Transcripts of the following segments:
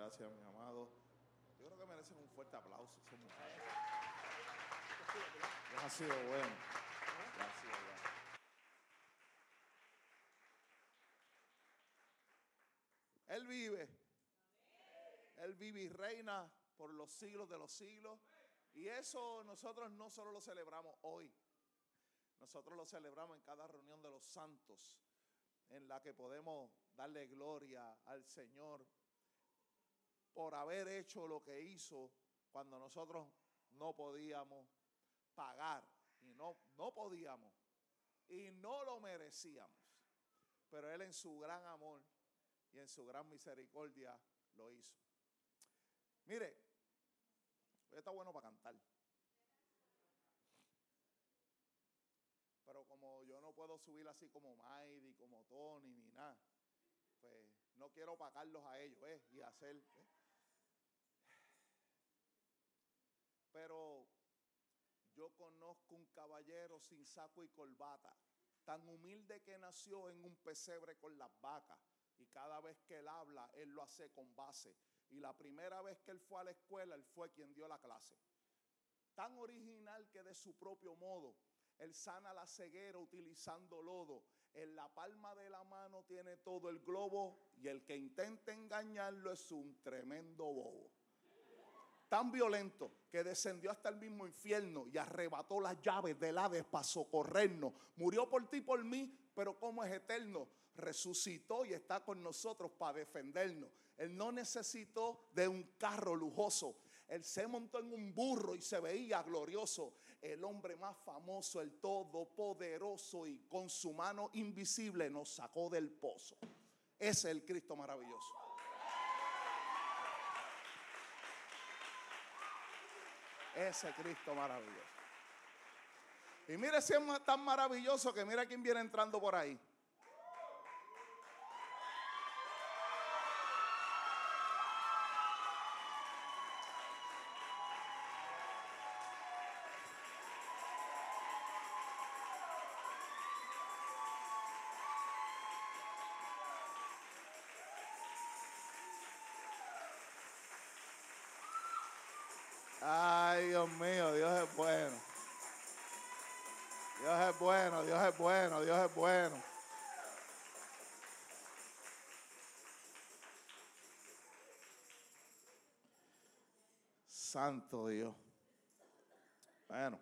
gracias, mi amado. Yo creo que merecen un fuerte aplauso. Son muchachos. Dios ha sido bueno. Dios ha sido bueno. Él vive. Él vive y reina por los siglos de los siglos. Y eso nosotros no solo lo celebramos hoy. Nosotros lo celebramos en cada reunión de los santos, en la que podemos darle gloria al Señor por haber hecho lo que hizo cuando nosotros no podíamos pagar y no podíamos y no lo merecíamos. Pero Él en su gran amor y en su gran misericordia lo hizo. Mire, hoy está bueno para cantar. Pero como yo no puedo subir así como Maidi, como Tony, ni nada, pues no quiero opacarlos a ellos, y hacer. Pero yo conozco un caballero sin saco y corbata, tan humilde que nació en un pesebre con las vacas. Y cada vez que él habla, él lo hace con base. Y la primera vez que él fue a la escuela, él fue quien dio la clase. Tan original que de su propio modo, él sana la ceguera utilizando lodo. En la palma de la mano tiene todo el globo y el que intenta engañarlo es un tremendo bobo. Tan violento que descendió hasta el mismo infierno y arrebató las llaves del Hades para socorrernos. Murió por ti y por mí, pero como es eterno, resucitó y está con nosotros para defendernos. Él no necesitó de un carro lujoso. Él se montó en un burro y se veía glorioso. El hombre más famoso, el todopoderoso, y con su mano invisible nos sacó del pozo. Ese es el Cristo maravilloso. Ese Cristo maravilloso. Y mire si es tan maravilloso que mira quién viene entrando por ahí. Ay, Dios mío, Dios es bueno. Dios es bueno, Dios es bueno, Dios es bueno. Santo Dios. Bueno.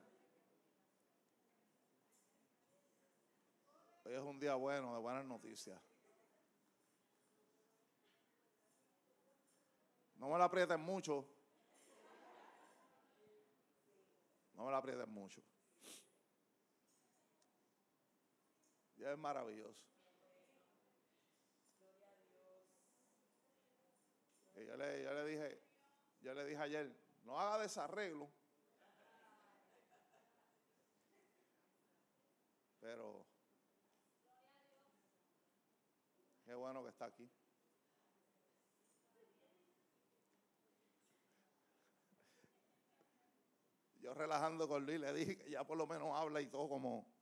Hoy es un día bueno, de buenas noticias. No me la aprieten mucho. No me la aprieten mucho. Dios es maravilloso. Y yo le dije ayer, no haga desarreglo. Pero qué bueno que está aquí. Yo relajando con Luis le dije que ya por lo menos habla y todo como...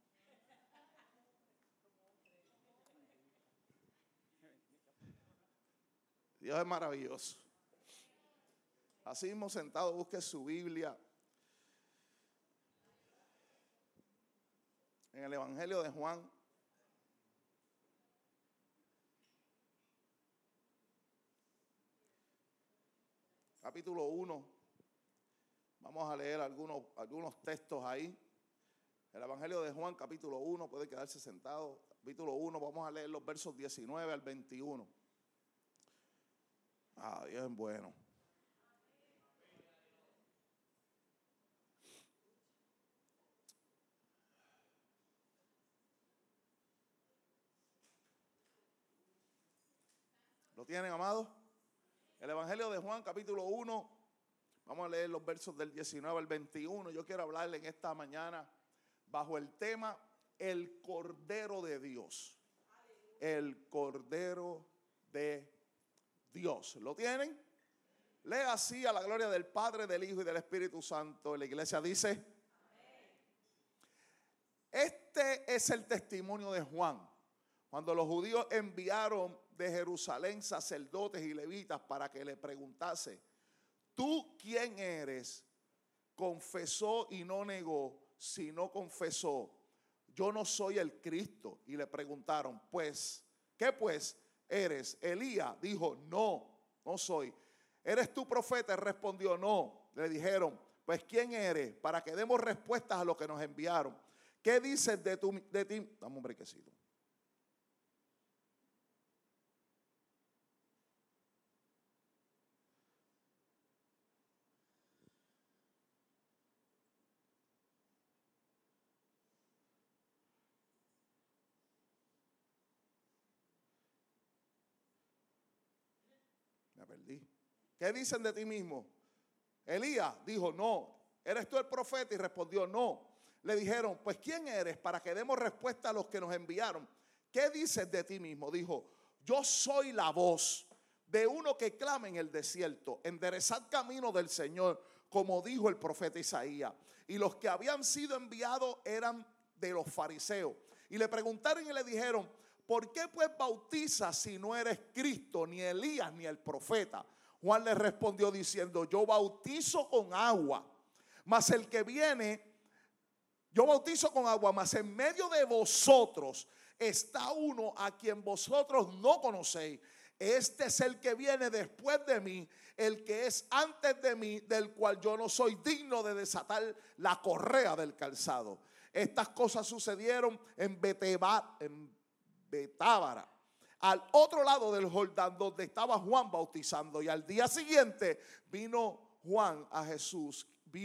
Dios es maravilloso. Así mismo sentado, busque su Biblia. En el Evangelio de Juan. Capítulo 1. Vamos a leer algunos textos ahí. El Evangelio de Juan, capítulo 1, puede quedarse sentado. Capítulo 1, vamos a leer los versos 19 al 21. Ah, Dios es bueno. ¿Lo tienen, amados? El Evangelio de Juan, capítulo 1. Vamos a leer los versos del 19 al 21. Yo quiero hablarle en esta mañana bajo el tema el Cordero de Dios. El Cordero de Dios. ¿Lo tienen? Lea así a la gloria del Padre, del Hijo y del Espíritu Santo. La iglesia dice: amén. Este es el testimonio de Juan. Cuando los judíos enviaron de Jerusalén sacerdotes y levitas para que le preguntase: ¿tú quién eres? Confesó y no negó, sino confesó: yo no soy el Cristo. Y le preguntaron: pues, ¿qué pues eres? Elías. Dijo: no, no soy. ¿Eres tú profeta? Él respondió: no. Le dijeron: pues ¿quién eres? Para que demos respuestas a lo que nos enviaron. ¿Qué dices de ti? Dame un brequecito. Me perdí. ¿Qué dicen de ti mismo? Elías dijo: no. ¿Eres tú el profeta? Y respondió: no. Le dijeron: pues ¿quién eres? Para que demos respuesta a los que nos enviaron. ¿Qué dices de ti mismo? Dijo: yo soy la voz de uno que clama en el desierto, enderezad camino del Señor, como dijo el profeta Isaías. Y los que habían sido enviados eran de los fariseos. Y le preguntaron y le dijeron: ¿por qué pues bautizas si no eres Cristo, ni Elías, ni el profeta? Juan le respondió diciendo: yo bautizo con agua, mas el que viene, yo bautizo con agua, mas en medio de vosotros está uno a quien vosotros no conocéis. Este es el que viene después de mí, el que es antes de mí, del cual yo no soy digno de desatar la correa del calzado. Estas cosas sucedieron en Betábara, al otro lado del Jordán, donde estaba Juan bautizando. Y al día siguiente vio Juan a Jesús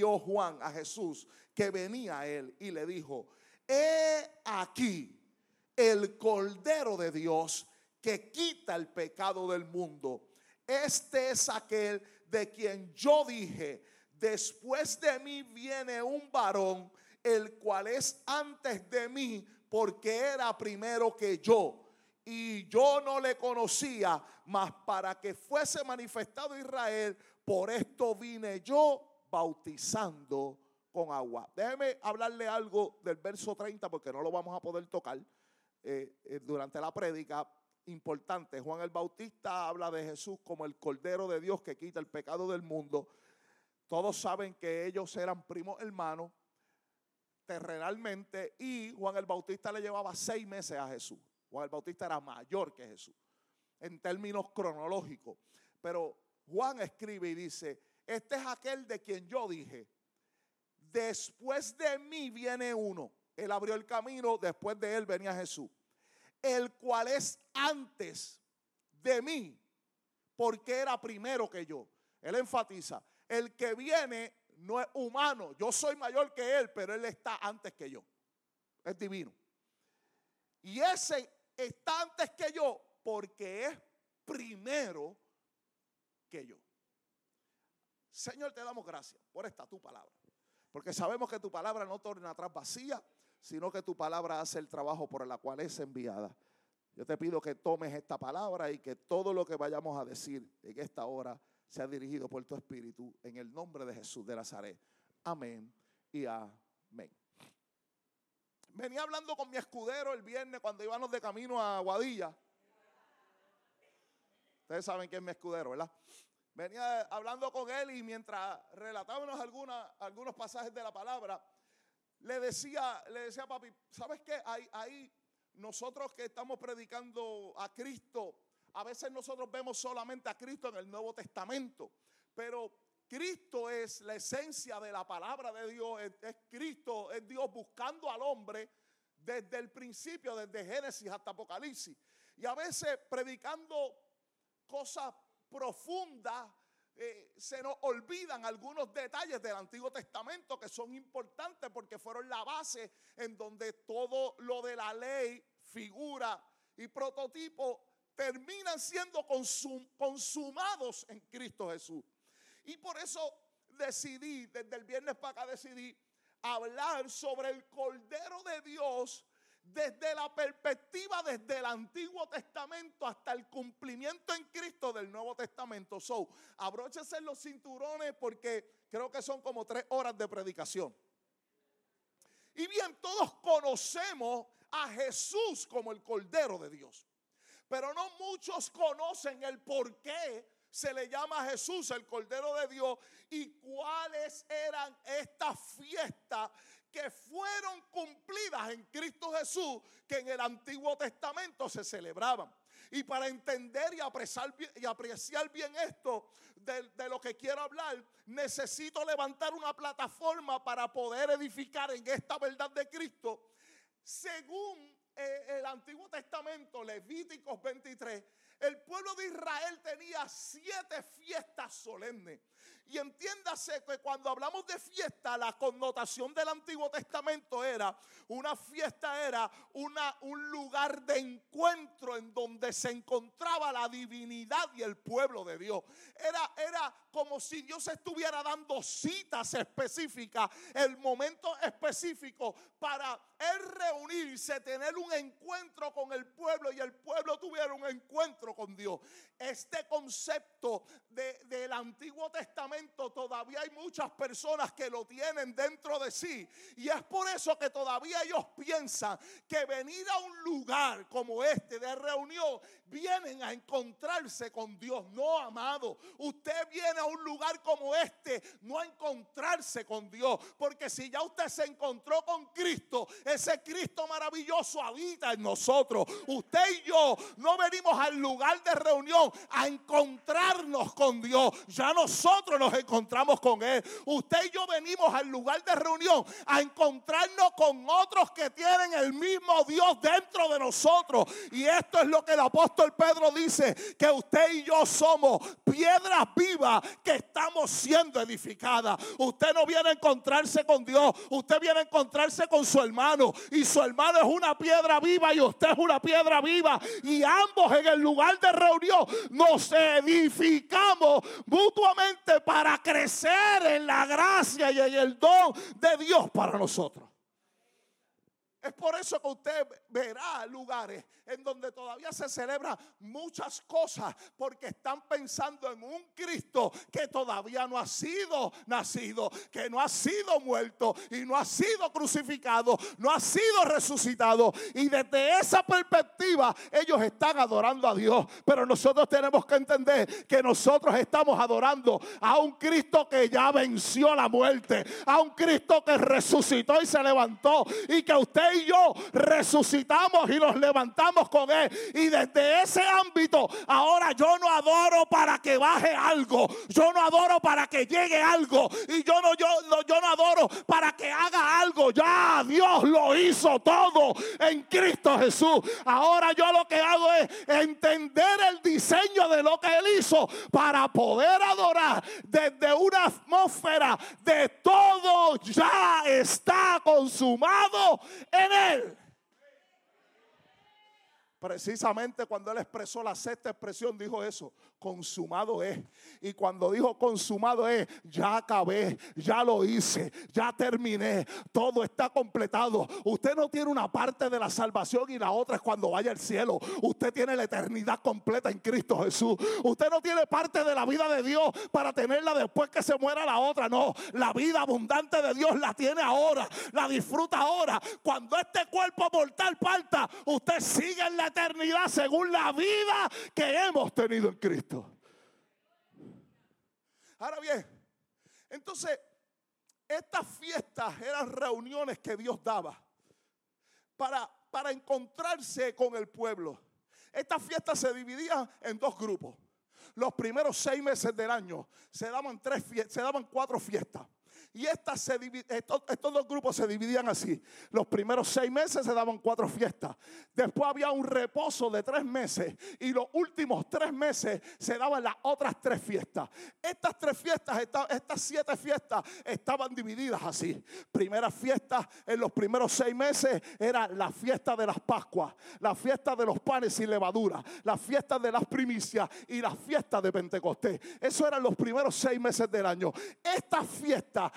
que venía a él, y le dijo: he aquí el Cordero de Dios que quita el pecado del mundo. Este es aquel de quien yo dije: después de mí viene un varón, el cual es antes de mí, porque era primero que yo. Y yo no le conocía, mas para que fuese manifestado Israel, por esto vine yo bautizando con agua. Déjeme hablarle algo del verso 30, porque no lo vamos a poder tocar durante la prédica. Importante: Juan el Bautista habla de Jesús como el Cordero de Dios que quita el pecado del mundo. Todos saben que ellos eran primos hermanos terrenalmente, y Juan el Bautista le llevaba 6 meses a Jesús. Juan el Bautista era mayor que Jesús en términos cronológicos. Pero Juan escribe y dice: este es aquel de quien yo dije: después de mí viene uno. Él abrió el camino, después de él venía Jesús, el cual es antes de mí, porque era primero que yo. Él enfatiza: el que viene no es humano, yo soy mayor que él, pero él está antes que yo, es divino. Y ese está antes que yo porque es primero que yo. Señor, te damos gracias por esta tu palabra, porque sabemos que tu palabra no torna atrás vacía, sino que tu palabra hace el trabajo por el cual es enviada. Yo te pido que tomes esta palabra y que todo lo que vayamos a decir en esta hora sea dirigido por tu Espíritu, en el nombre de Jesús de Nazaret. Amén y amén. Venía hablando con mi escudero el viernes cuando íbamos de camino a Aguadilla. Ustedes saben quién es mi escudero, ¿verdad? Venía hablando con él, y mientras relatábamos algunos pasajes de la palabra, le decía a papi: ¿sabes qué? Ahí nosotros que estamos predicando a Cristo, a veces nosotros vemos solamente a Cristo en el Nuevo Testamento, pero Cristo es la esencia de la palabra de Dios. Es Cristo, es Dios buscando al hombre desde el principio, desde Génesis hasta Apocalipsis. Y a veces predicando cosas profundas, se nos olvidan algunos detalles del Antiguo Testamento que son importantes, porque fueron la base en donde todo lo de la ley, figura y prototipo terminan siendo consumados en Cristo Jesús. Y por eso decidí, desde el viernes para acá, hablar sobre el Cordero de Dios desde la perspectiva, desde el Antiguo Testamento hasta el cumplimiento en Cristo del Nuevo Testamento. Abróchense los cinturones, porque creo que son como 3 horas de predicación. Y bien, todos conocemos a Jesús como el Cordero de Dios. Pero no muchos conocen el por qué se le llama a Jesús el Cordero de Dios y cuáles eran estas fiestas que fueron cumplidas en Cristo Jesús, que en el Antiguo Testamento se celebraban. Y para entender y apreciar bien esto de lo que quiero hablar, necesito levantar una plataforma para poder edificar en esta verdad de Cristo. Según el Antiguo Testamento, Levíticos 23, el pueblo de Israel tenía 7 fiestas solemnes. Y entiéndase que cuando hablamos de fiesta, la connotación del Antiguo Testamento era, una fiesta era un lugar de encuentro en donde se encontraba la divinidad y el pueblo de Dios. Era como si Dios estuviera dando citas específicas, el momento específico para Él reunirse, tener un encuentro con el pueblo y el pueblo tuviera un encuentro con Dios. Este concepto del Antiguo Testamento todavía hay muchas personas que lo tienen dentro de sí, y es por eso que todavía ellos piensan que venir a un lugar como este de reunión vienen a encontrarse con Dios. No, amado, usted viene a un lugar como este no a encontrarse con Dios, porque si ya usted se encontró con Cristo, ese Cristo maravilloso habita en nosotros. Usted y yo no venimos al lugar de reunión a encontrarnos con Dios, ya nosotros nos encontramos con Él. Usted y yo venimos al lugar de reunión a encontrarnos con otros que tienen el mismo Dios dentro de nosotros. Y esto es lo que el apóstol Pedro dice, que usted y yo somos piedras vivas que estamos siendo edificadas. Usted no viene a encontrarse con Dios, usted viene a encontrarse con su hermano, y su hermano es una piedra viva y usted es una piedra viva, y ambos en el lugar de reunión nos edificamos mutuamente para crecer en la gracia y en el don de Dios para nosotros. Es por eso que usted verá lugares en donde todavía se celebran muchas cosas, porque están pensando en un Cristo que todavía no ha sido nacido, que no ha sido muerto y no ha sido crucificado, no ha sido resucitado. Y desde esa perspectiva ellos están adorando a Dios. Pero nosotros tenemos que entender que nosotros estamos adorando a un Cristo que ya venció la muerte, a un Cristo que resucitó y se levantó, y que usted y yo resucitamos y nos levantamos con Él. Y desde ese ámbito, ahora yo no adoro para que baje algo, yo no adoro para que llegue algo, y yo no adoro para que haga algo. Ya Dios lo hizo todo en Cristo Jesús. Ahora yo lo que hago es entender el diseño de lo que Él hizo para poder adorar desde una atmósfera de todo ya está consumado en Él. Precisamente cuando Él expresó la sexta expresión, dijo eso: consumado es. Y cuando dijo consumado es, ya acabé, ya lo hice, ya terminé, todo está completado. Usted no tiene una parte de la salvación y la otra es cuando vaya al cielo. Usted tiene la eternidad completa en Cristo Jesús. Usted no tiene parte de la vida de Dios para tenerla después que se muera la otra. No, la vida abundante de Dios la tiene ahora, la disfruta ahora. Cuando este cuerpo mortal parta, usted sigue en la eternidad según la vida que hemos tenido en Cristo. Ahora bien, entonces estas fiestas eran reuniones que Dios daba para encontrarse con el pueblo. Estas fiestas se dividían en 2 grupos. Los primeros 6 meses del año se daban 4 fiestas. Y estos 2 grupos se dividían así. Los primeros 6 meses se daban 4 fiestas. Después había un reposo de 3 meses. Y los últimos 3 meses se daban las otras 3 fiestas. Estas 3 fiestas, estas 7 fiestas estaban divididas así. Primera fiesta en los primeros 6 meses era la fiesta de las Pascuas, la fiesta de los panes sin levadura, la fiesta de las primicias y la fiesta de Pentecostés. Eso eran los primeros 6 meses del año. Estas fiestas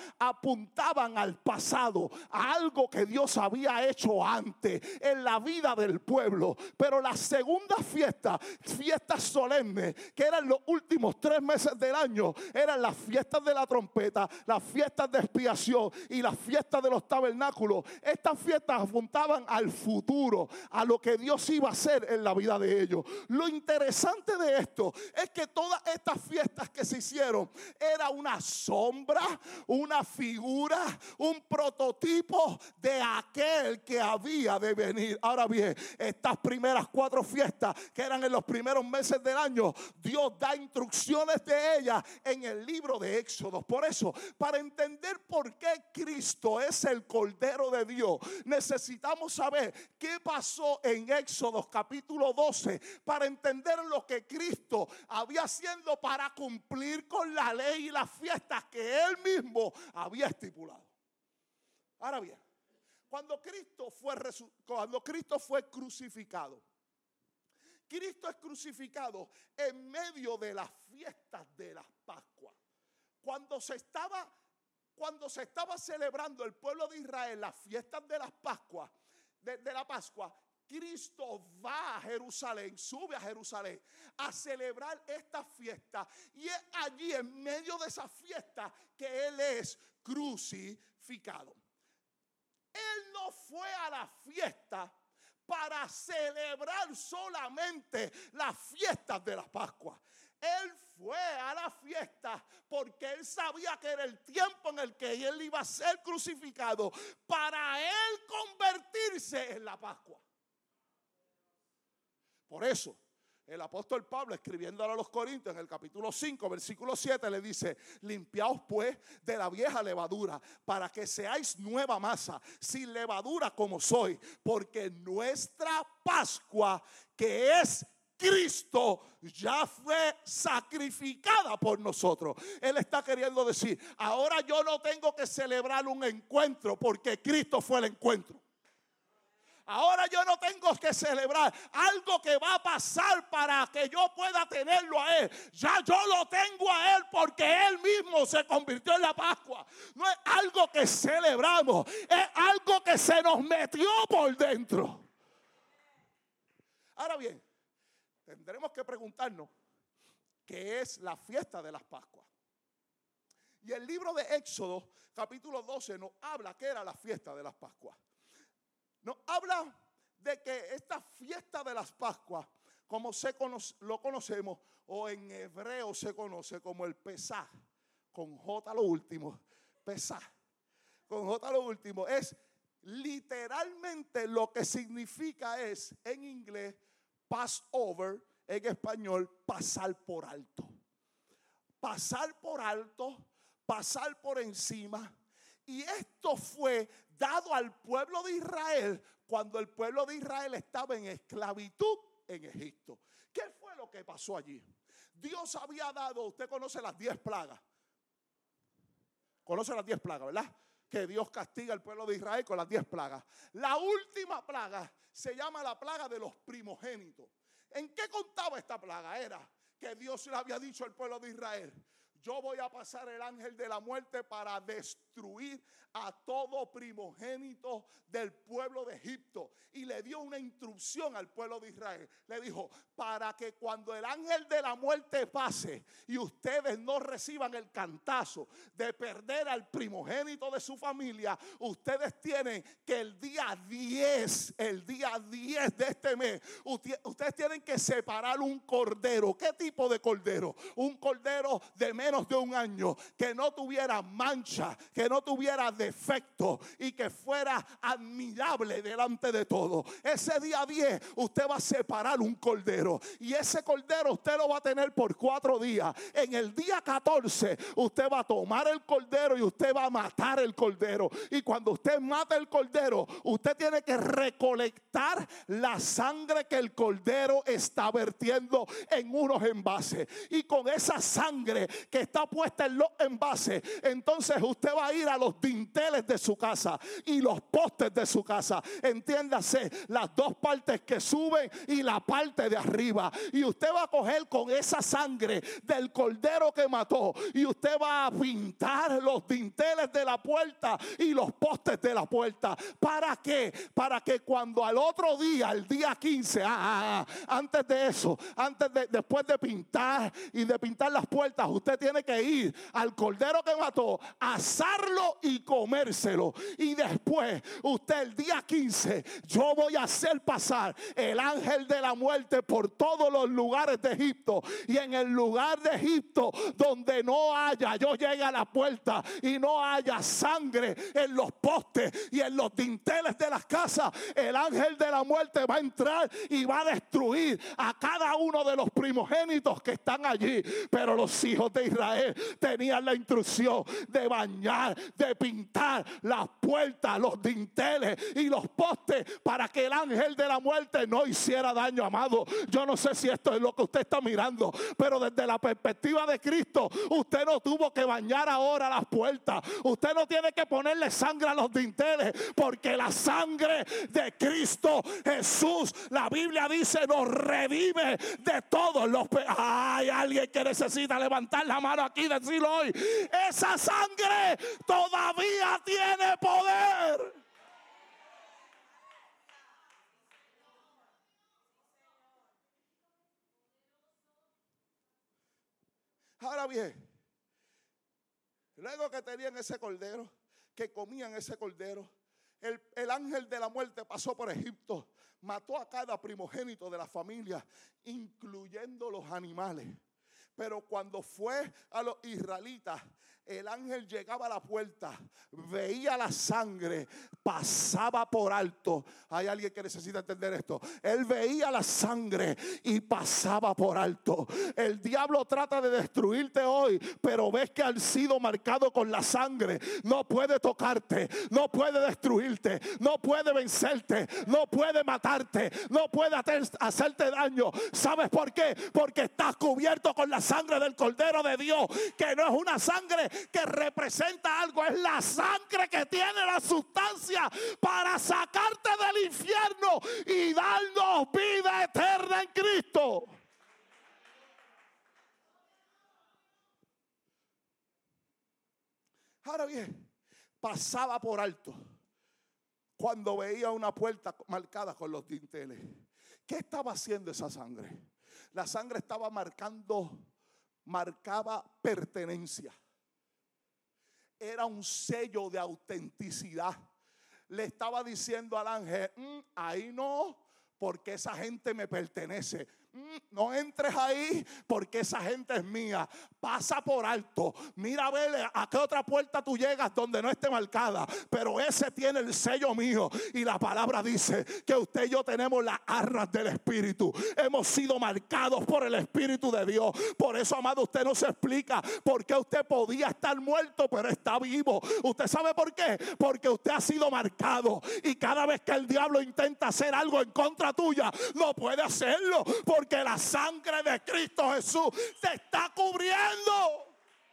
apuntaban al pasado, a algo que Dios había hecho antes en la vida del pueblo. Pero la segunda fiesta, fiestas solemnes, que eran los últimos 3 meses del año, eran las fiestas de la trompeta, las fiestas de expiación y las fiestas de los tabernáculos. Estas fiestas apuntaban al futuro, a lo que Dios iba a hacer en la vida de ellos. Lo interesante de esto es que todas estas fiestas que se hicieron era una sombra, una figura, un prototipo de aquel que había de venir. Ahora bien, estas primeras 4 fiestas que eran en los primeros meses del año, Dios da instrucciones de ellas en el libro de Éxodo. Por eso, para entender por qué Cristo es el Cordero de Dios, necesitamos saber qué pasó en Éxodo capítulo 12 para entender lo que Cristo había haciendo para cumplir con la ley y las fiestas que Él mismo había estipulado. Ahora bien, cuando Cristo fue crucificado, Cristo es crucificado en medio de las fiestas de las Pascuas. Cuando se estaba celebrando el pueblo de Israel las fiestas de las Pascuas, de la Pascua, Cristo va a Jerusalén, sube a Jerusalén a celebrar esta fiesta. Y es allí en medio de esa fiesta que Él es crucificado. Él no fue a la fiesta para celebrar solamente las fiestas de las Pascuas. Él fue a la fiesta porque Él sabía que era el tiempo en el que Él iba a ser crucificado para Él convertirse en la Pascua. Por eso el apóstol Pablo, escribiéndole a los Corintios en el capítulo 5, versículo 7, le dice: limpiaos pues de la vieja levadura, para que seáis nueva masa, sin levadura como soy, porque nuestra Pascua, que es Cristo, ya fue sacrificada por nosotros. Él está queriendo decir: ahora yo no tengo que celebrar un encuentro, porque Cristo fue el encuentro. Ahora yo no tengo que celebrar algo que va a pasar para que yo pueda tenerlo a Él. Ya yo lo tengo a Él porque Él mismo se convirtió en la Pascua. No es algo que celebramos, es algo que se nos metió por dentro. Ahora bien, tendremos que preguntarnos qué es la fiesta de las Pascuas. Y el libro de Éxodo, capítulo 12, nos habla que era la fiesta de las Pascuas. Nos habla de que esta fiesta de las Pascuas, como lo conocemos, o en hebreo se conoce como el Pesaj, con J lo último, Pesaj, con J lo último, es literalmente lo que significa es en inglés Passover, en español pasar por alto. Pasar por alto, pasar por encima. Y esto fue dado al pueblo de Israel cuando el pueblo de Israel estaba en esclavitud en Egipto. ¿Qué fue lo que pasó allí? Dios había dado, usted conoce las 10 plagas. Conoce las 10 plagas, ¿verdad? Que Dios castiga al pueblo de Israel con las 10 plagas. La última plaga se llama la plaga de los primogénitos. ¿En qué contaba esta plaga? Era que Dios le había dicho al pueblo de Israel: yo voy a pasar el ángel de la muerte para destruir a todo primogénito del pueblo de Egipto. Y le dio una instrucción al pueblo de Israel. Le dijo: para que cuando el ángel de la muerte pase y ustedes no reciban el cantazo de perder al primogénito de su familia, ustedes tienen que el día 10 de este mes, ustedes tienen que separar un cordero. ¿Qué tipo de cordero? Un cordero de menos de un año, que no tuviera mancha, que no tuviera defecto y que fuera admirable delante de todo. Ese día 10 usted va a separar un cordero, y ese cordero usted lo va a tener por 4 días. En el día 14 usted va a tomar el cordero y usted va a matar el cordero. Y cuando usted mata el cordero, usted tiene que recolectar la sangre que el cordero está vertiendo en unos envases, y con esa sangre que está puesta en los envases, entonces usted va a ir a los dinteles de su casa y los postes de su casa. Entiéndase, las dos partes que suben y la parte de arriba. Y usted va a coger con esa sangre del cordero que mató y usted va a pintar los dinteles de la puerta y los postes de la puerta. ¿Para qué? Para que cuando al otro día, el día 15, antes de eso, después de pintar y de pintar las puertas, usted tiene que ir al cordero que mató, asarlo y comérselo. Y después, usted el día 15, yo voy a hacer pasar el ángel de la muerte por todos los lugares de Egipto. Y en el lugar de Egipto donde no haya, yo llegue a la puerta y no haya sangre en los postes y en los dinteles de las casas, el ángel de la muerte va a entrar y va a destruir a cada uno de los primogénitos que están allí. Pero los hijos de Israel tenían la instrucción de bañar, de pintar las puertas, los dinteles y los postes para que el ángel de la muerte no hiciera daño, amado. Yo no sé si esto es lo que usted está mirando, pero desde la perspectiva de Cristo, usted no tuvo que bañar ahora las puertas. Usted no tiene que ponerle sangre a los dinteles, porque la sangre de Cristo Jesús, la Biblia dice, nos redime de todos los pecados. Hay alguien que necesita levantar la mano aquí y decirlo hoy: esa sangre todavía tiene poder. Ahora bien, luego que tenían ese cordero, que comían ese cordero, el ángel de la muerte pasó por Egipto, mató a cada primogénito de la familia, incluyendo los animales. Pero cuando fue a los israelitas, el ángel llegaba a la puerta, veía la sangre, pasaba por alto. Hay alguien que necesita entender esto. Él veía la sangre y pasaba por alto. El diablo trata de destruirte hoy, pero ves que has sido marcado con la sangre. No puede tocarte, no puede destruirte, no puede vencerte, no puede matarte, no puede hacerte daño. ¿Sabes por qué? Porque estás cubierto con la sangre del Cordero de Dios, que no es una sangre que representa algo, es la sangre que tiene la sustancia para sacarte del infierno y darnos vida eterna en Cristo. Ahora bien, pasaba por alto cuando veía una puerta marcada con los dinteles. ¿Qué estaba haciendo esa sangre? La sangre estaba marcaba pertenencia. Era un sello de autenticidad. Le estaba diciendo al ángel: ahí no, porque esa gente me pertenece. No entres ahí, porque esa gente es mía. Pasa por alto. Mira a ver a qué otra puerta tú llegas donde no esté marcada, pero ese tiene el sello mío. Y la palabra dice que usted y yo tenemos las arras del Espíritu. Hemos sido marcados por el Espíritu de Dios. Por eso, amado, usted no se explica por qué usted podía estar muerto pero está vivo. ¿Usted sabe por qué? Porque usted ha sido marcado, y cada vez que el diablo intenta hacer algo en contra tuya, no puede hacerlo, porque la sangre de Cristo Jesús te está cubriendo.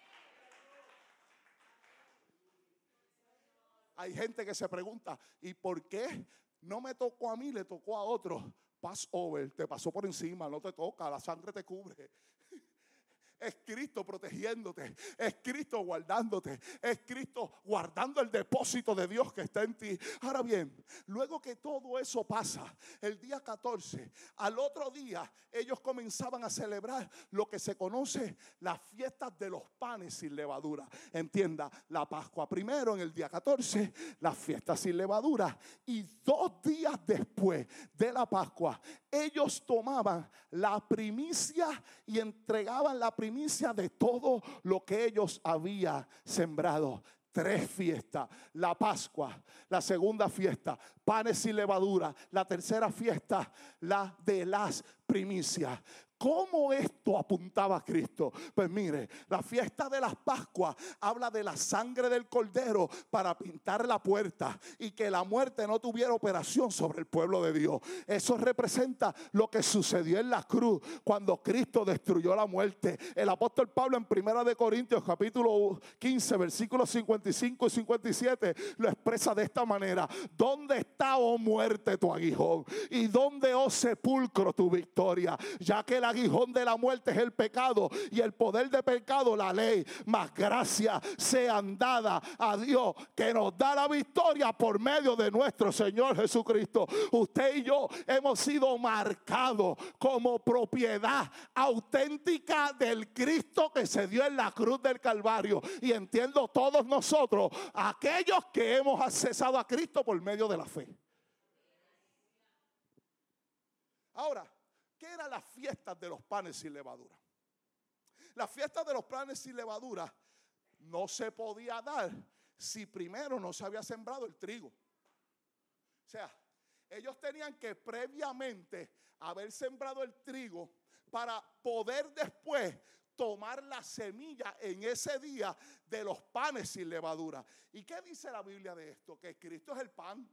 Hay gente que se pregunta: ¿y por qué no me tocó a mí, le tocó a otro? Pass over, te pasó por encima, no te toca, la sangre te cubre. Es Cristo protegiéndote, es Cristo guardándote, es Cristo guardando el depósito de Dios que está en ti. Ahora bien, luego que todo eso pasa, el día 14, al otro día, ellos comenzaban a celebrar lo que se conoce las fiestas de los panes sin levadura. Entienda, la Pascua primero en el día 14, las fiestas sin levadura, y 2 días después de la Pascua, ellos tomaban la primicia y entregaban la primicia de todo lo que ellos habían sembrado. 3 fiestas: la Pascua, la segunda fiesta, panes sin levadura, la tercera fiesta, la de las primicias. ¿Cómo esto apuntaba a Cristo? Pues mire, la fiesta de las Pascuas habla de la sangre del Cordero para pintar la puerta y que la muerte no tuviera operación sobre el pueblo de Dios. Eso representa lo que sucedió en la cruz cuando Cristo destruyó la muerte. El apóstol Pablo en 1 Corintios capítulo 15 versículos 55 y 57 lo expresa de esta manera: ¿dónde está, oh muerte, tu aguijón? ¿Y dónde, oh sepulcro, tu victoria? Ya que el aguijón de la muerte es el pecado y el poder de pecado la ley, mas gracias sean dadas a Dios que nos da la victoria por medio de nuestro Señor Jesucristo. Usted y yo hemos sido marcados como propiedad auténtica del Cristo que se dio en la cruz del Calvario, y entiendo todos nosotros, aquellos que hemos accesado a Cristo por medio de la fe. Ahora, ¿qué eran las fiestas de los panes sin levadura? Las fiestas de los panes sin levadura no se podía dar si primero no se había sembrado el trigo. O sea, ellos tenían que previamente haber sembrado el trigo para poder después tomar la semilla en ese día de los panes sin levadura. ¿Y qué dice la Biblia de esto? Que Cristo es el pan.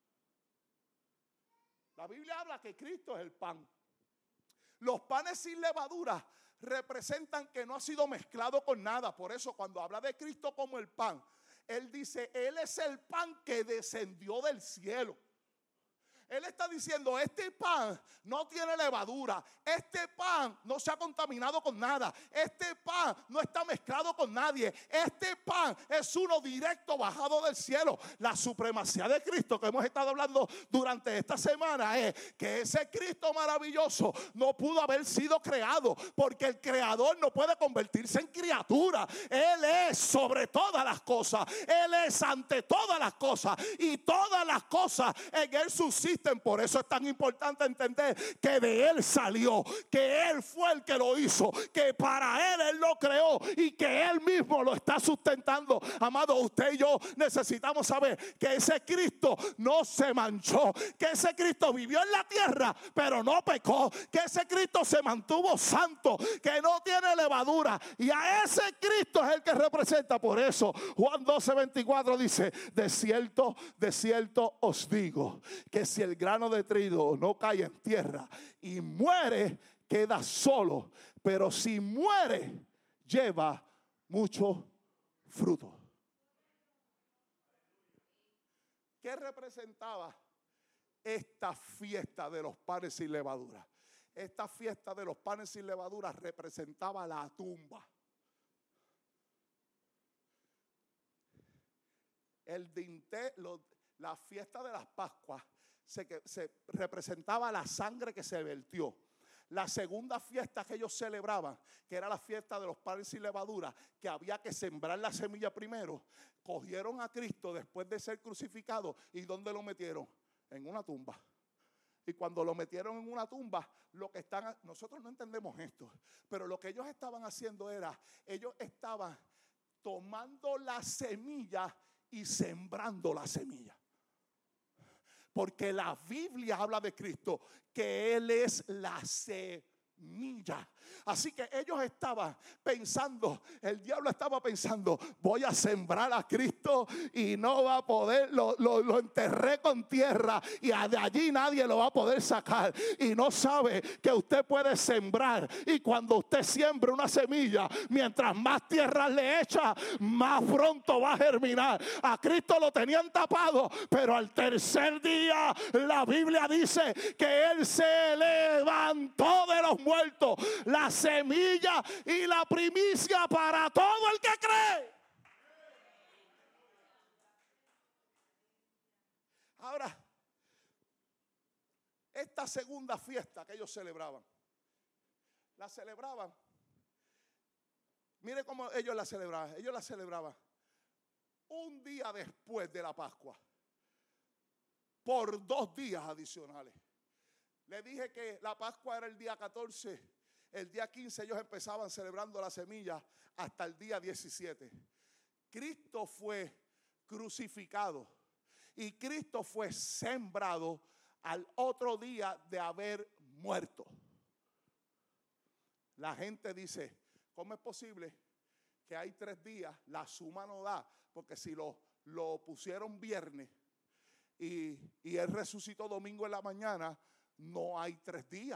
La Biblia habla que Cristo es el pan. Los panes sin levadura representan que no ha sido mezclado con nada. Por eso cuando habla de Cristo como el pan, Él dice, Él es el pan que descendió del cielo. Él está diciendo, este pan no tiene levadura, este pan no se ha contaminado con nada, este pan no está mezclado con nadie, este pan es uno directo bajado del cielo. La supremacía de Cristo que hemos estado hablando durante esta semana es que ese Cristo maravilloso no pudo haber sido creado, porque el creador no puede convertirse en criatura. Él es sobre todas las cosas, Él es ante todas las cosas, y todas las cosas en Él subsisten. Por eso es tan importante entender que de Él salió, que Él fue el que lo hizo, que para Él lo creó y que Él mismo lo está sustentando. Amado, usted y yo necesitamos saber que ese Cristo no se manchó, que ese Cristo vivió en la tierra pero no pecó, que ese Cristo se mantuvo santo, que no tiene levadura, y a ese Cristo es el que representa. Por eso Juan 12:24 dice, de cierto os digo, que si el grano de trigo no cae en tierra y muere, queda solo, pero si muere, lleva mucho fruto. ¿Qué representaba esta fiesta de los panes sin levadura? Esta fiesta de los panes sin levadura representaba la tumba. El dintel, la fiesta de las Pascuas se representaba la sangre que se vertió. La segunda fiesta que ellos celebraban, que era la fiesta de los panes sin levadura, que había que sembrar la semilla primero, cogieron a Cristo después de ser crucificado. ¿Y dónde lo metieron? En una tumba. Y cuando lo metieron en una tumba, nosotros no entendemos esto, pero lo que ellos estaban haciendo era, ellos estaban tomando la semilla y sembrando la semilla. Porque la Biblia habla de Cristo, que Él es la semilla. Así que ellos estaban pensando, el diablo estaba pensando, voy a sembrar a Cristo y no va a poder, lo enterré con tierra y de allí nadie lo va a poder sacar. Y no sabe que usted puede sembrar, y cuando usted siembre una semilla, mientras más tierra le echa, más pronto va a germinar. A Cristo lo tenían tapado, pero al tercer día la Biblia dice que Él se levantó de los muertos, la semilla y la primicia para todo el que cree. Ahora, esta segunda fiesta que ellos celebraban, mire cómo ellos la celebraban. Ellos la celebraban un día después de la Pascua, por 2 días adicionales. Le dije que la Pascua era el día 14. El día 15 ellos empezaban celebrando la semilla hasta el día 17. Cristo fue crucificado y Cristo fue sembrado al otro día de haber muerto. la gente dice, ¿cómo es posible que hay 3 días? La suma no da, porque si lo pusieron viernes y él resucitó domingo en la mañana, no hay 3 días.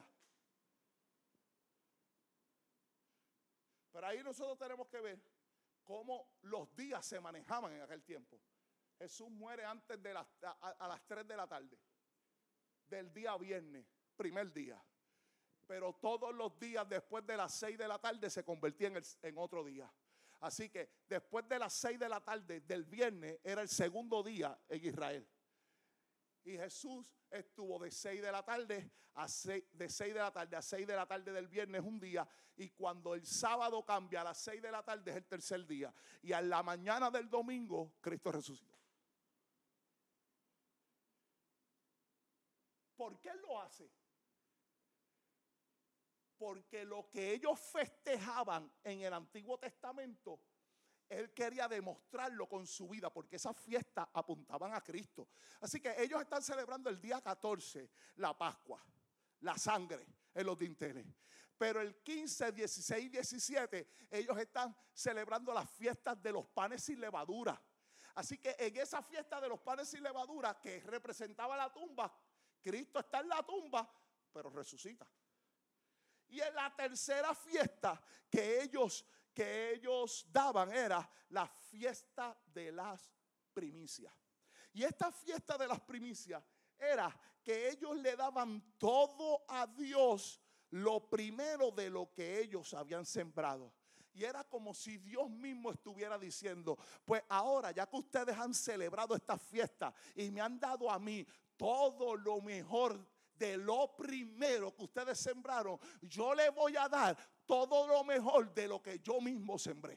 Pero ahí nosotros tenemos que ver cómo los días se manejaban en aquel tiempo. Jesús muere antes de a las 3 de la tarde del día viernes, primer día. Pero todos los días después de las 6 de la tarde se convertía en otro día. Así que después de las 6 de la tarde del viernes era el segundo día en Israel. Y Jesús estuvo de 6 de la tarde a 6 de la tarde del viernes un día. Y cuando el sábado cambia a las 6 de la tarde es el tercer día. Y a la mañana del domingo Cristo resucitó. ¿Por qué Él lo hace? Porque lo que ellos festejaban en el Antiguo Testamento, Él quería demostrarlo con su vida, porque esas fiestas apuntaban a Cristo. Así que ellos están celebrando el día 14, la Pascua, la sangre en los dinteles. Pero el 15, 16 y 17, ellos están celebrando las fiestas de los panes sin levadura. Así que en esa fiesta de los panes sin levadura, que representaba la tumba, Cristo está en la tumba, pero resucita. Y en la tercera fiesta que ellos daban era la fiesta de las primicias. Y esta fiesta de las primicias era que ellos le daban todo a Dios, lo primero de lo que ellos habían sembrado. Y era como si Dios mismo estuviera diciendo, pues ahora ya que ustedes han celebrado esta fiesta y me han dado a mí todo lo mejor de lo primero que ustedes sembraron, yo les voy a dar todo lo mejor de lo que yo mismo sembré.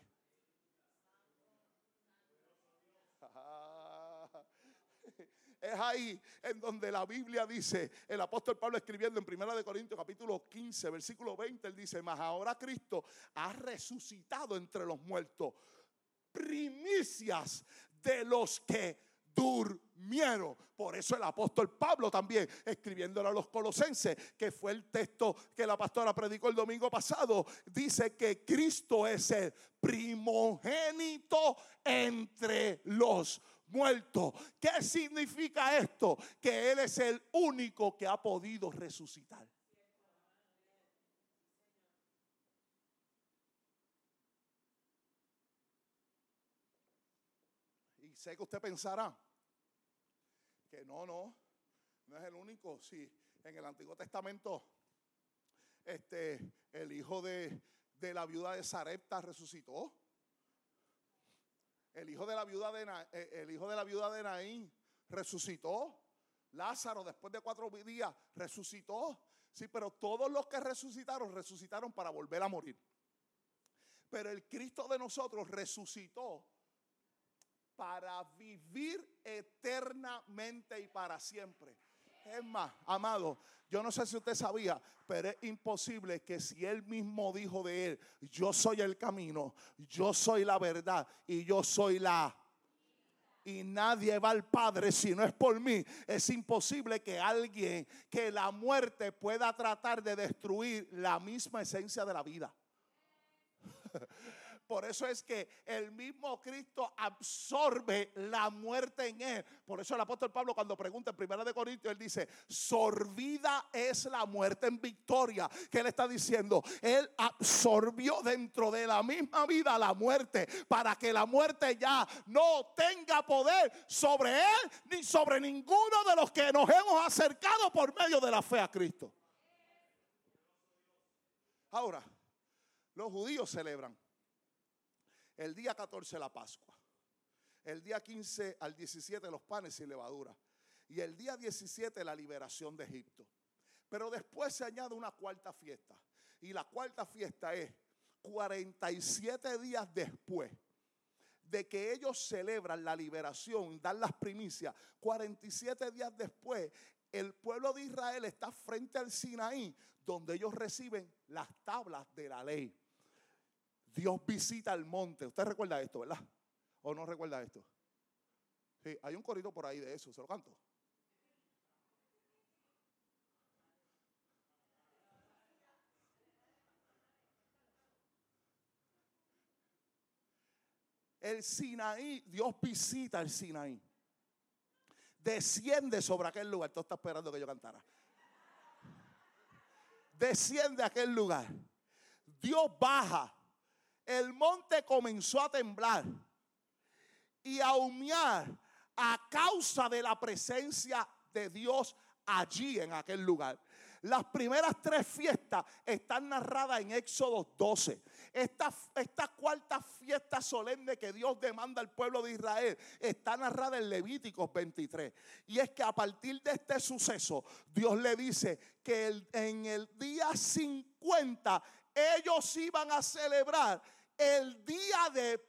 Es ahí en donde la Biblia dice, el apóstol Pablo escribiendo en 1 Corintios capítulo 15 versículo 20, él dice, mas ahora Cristo ha resucitado entre los muertos, primicias de los que durmieron. Por eso el apóstol Pablo también, escribiéndole a los Colosenses, que fue el texto que la pastora predicó el domingo pasado, dice que Cristo es el primogénito entre los muertos. ¿Qué significa esto? Que Él es el único que ha podido resucitar. Y sé que usted pensará que no es el único. Sí, en el Antiguo Testamento el hijo de la viuda de Sarepta resucitó. El hijo de la viuda de Naín resucitó. Lázaro después de 4 días resucitó. Sí, pero todos los que resucitaron para volver a morir. Pero el Cristo de nosotros resucitó para vivir eternamente y para siempre. Es más, amado, yo no sé si usted sabía, pero es imposible que si Él mismo dijo de Él, yo soy el camino, yo soy la verdad y yo soy y nadie va al Padre si no es por mí. Es imposible que alguien, que la muerte pueda tratar de destruir la misma esencia de la vida. Por eso es que el mismo Cristo absorbe la muerte en Él. Por eso el apóstol Pablo, cuando pregunta en 1 Corintios, él dice, sorbida es la muerte en victoria. Que él está diciendo, Él absorbió dentro de la misma vida la muerte, para que la muerte ya no tenga poder sobre Él ni sobre ninguno de los que nos hemos acercado por medio de la fe a Cristo. Ahora, los judíos celebran el día 14 la Pascua, el día 15 al 17 los panes sin levadura y el día 17 la liberación de Egipto. Pero después se añade una cuarta fiesta, y la cuarta fiesta es 47 días después de que ellos celebran la liberación, dan las primicias. 47 días después el pueblo de Israel está frente al Sinaí, donde ellos reciben las tablas de la ley. Dios visita el monte. Usted recuerda esto, ¿verdad? ¿O no recuerda esto? Sí, hay un corito por ahí de eso. ¿Se lo canto? el Sinaí, Dios visita el Sinaí. Desciende sobre aquel lugar. Todo está esperando que yo cantara. Desciende a aquel lugar. Dios baja. El monte comenzó a temblar y a humear a causa de la presencia de Dios allí en aquel lugar. Las primeras 3 fiestas están narradas en Éxodo 12. Esta cuarta fiesta solemne que Dios demanda al pueblo de Israel está narrada en Levíticos 23. Y es que a partir de este suceso, Dios le dice que en el día 50 ellos iban a celebrar el día de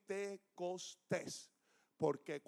Pentecostés. Porque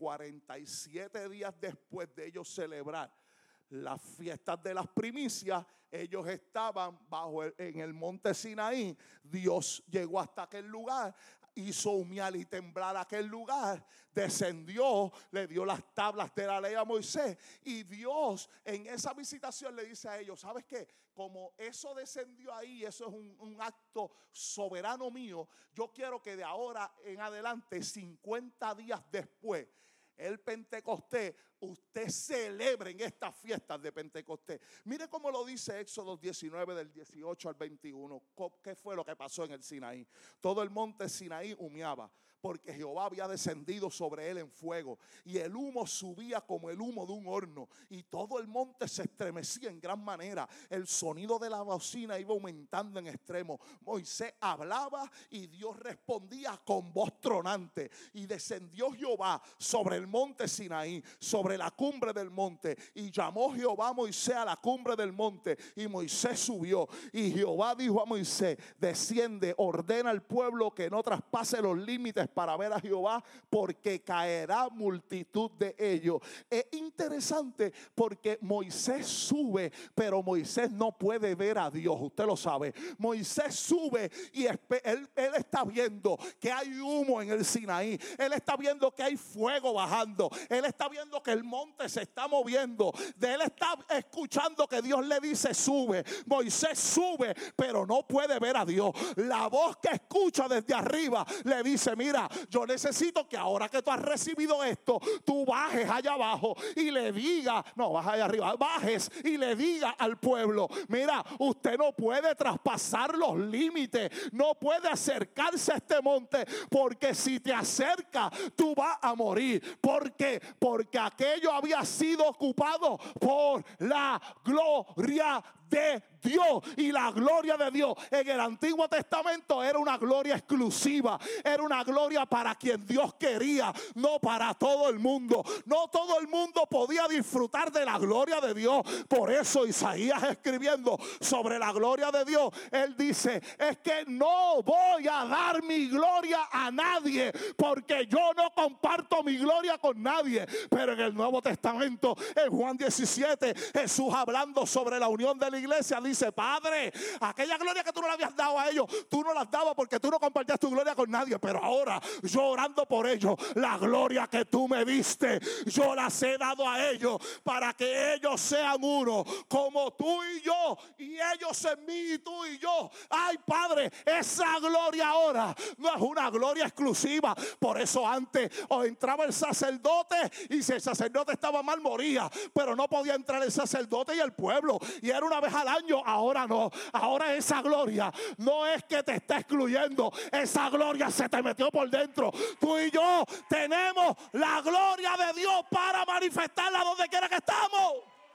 47 días después de ellos celebrar las fiestas de las primicias, ellos estaban en el monte Sinaí. Dios llegó hasta aquel lugar, hizo humear y temblar aquel lugar, descendió, le dio las tablas de la ley a Moisés, y Dios en esa visitación le dice a ellos: ¿sabes qué? Como eso descendió ahí, eso es un acto soberano mío, yo quiero que de ahora en adelante, 50 días después, el Pentecostés, usted celebre en estas fiestas de Pentecostés. Mire cómo lo dice Éxodo 19 del 18 al 21. ¿Qué fue lo que pasó en el Sinaí? Todo el monte Sinaí humeaba, porque Jehová había descendido sobre él en fuego, y el humo subía como el humo de un horno, y todo el monte se estremecía en gran manera. El sonido de la bocina iba aumentando en extremo. Moisés hablaba y Dios respondía con voz tronante. Y descendió Jehová sobre el monte Sinaí, sobre la cumbre del monte, y llamó Jehová a Moisés a la cumbre del monte, y Moisés subió. Y Jehová dijo a Moisés: desciende, ordena al pueblo que no traspase los límites para ver a Jehová, porque caerá multitud de ellos. Es interesante porque Moisés sube, pero Moisés no puede ver a Dios. Usted lo sabe. Moisés sube y él está viendo que hay humo en el Sinaí. Él está viendo que hay fuego bajando. Él está viendo que el monte se está moviendo. Él está escuchando que Dios le dice: sube. Moisés sube, pero no puede ver a Dios. La voz que escucha desde arriba le dice: mira, yo necesito que ahora que tú has recibido esto, tú bajes allá abajo y le diga, no, baja allá arriba, bajes y le diga al pueblo: mira, usted no puede traspasar los límites, no puede acercarse a este monte, porque si te acerca tú vas a morir. ¿Por qué? Porque aquello había sido ocupado por la gloria de Dios, y la gloria de Dios en el Antiguo Testamento era una gloria exclusiva, era una gloria para quien Dios quería, no para todo el mundo. No todo el mundo podía disfrutar de la gloria de Dios. Por eso Isaías, escribiendo sobre la gloria de Dios, él dice: es que no voy a dar mi gloria a nadie, porque yo no comparto mi gloria con nadie. Pero en el Nuevo Testamento, en Juan 17, Jesús, hablando sobre la unión de la iglesia, dice: Padre, aquella gloria que tú no le habías dado a ellos, tú no las dabas porque tú no compartías tu gloria con nadie, pero ahora yo, orando por ellos, la gloria que tú me diste, yo las he dado a ellos, para que ellos sean uno, como tú y yo, y ellos en mí y tú y yo. Ay, Padre, esa gloria ahora no es una gloria exclusiva. Por eso antes o entraba el sacerdote, y si el sacerdote estaba mal, moría, pero no podía entrar el sacerdote y el pueblo, y era una vez al año. Ahora no, ahora esa gloria no es que te está excluyendo, esa gloria se te metió por dentro. Tú y yo tenemos la gloria de Dios para manifestarla donde quiera que estamos.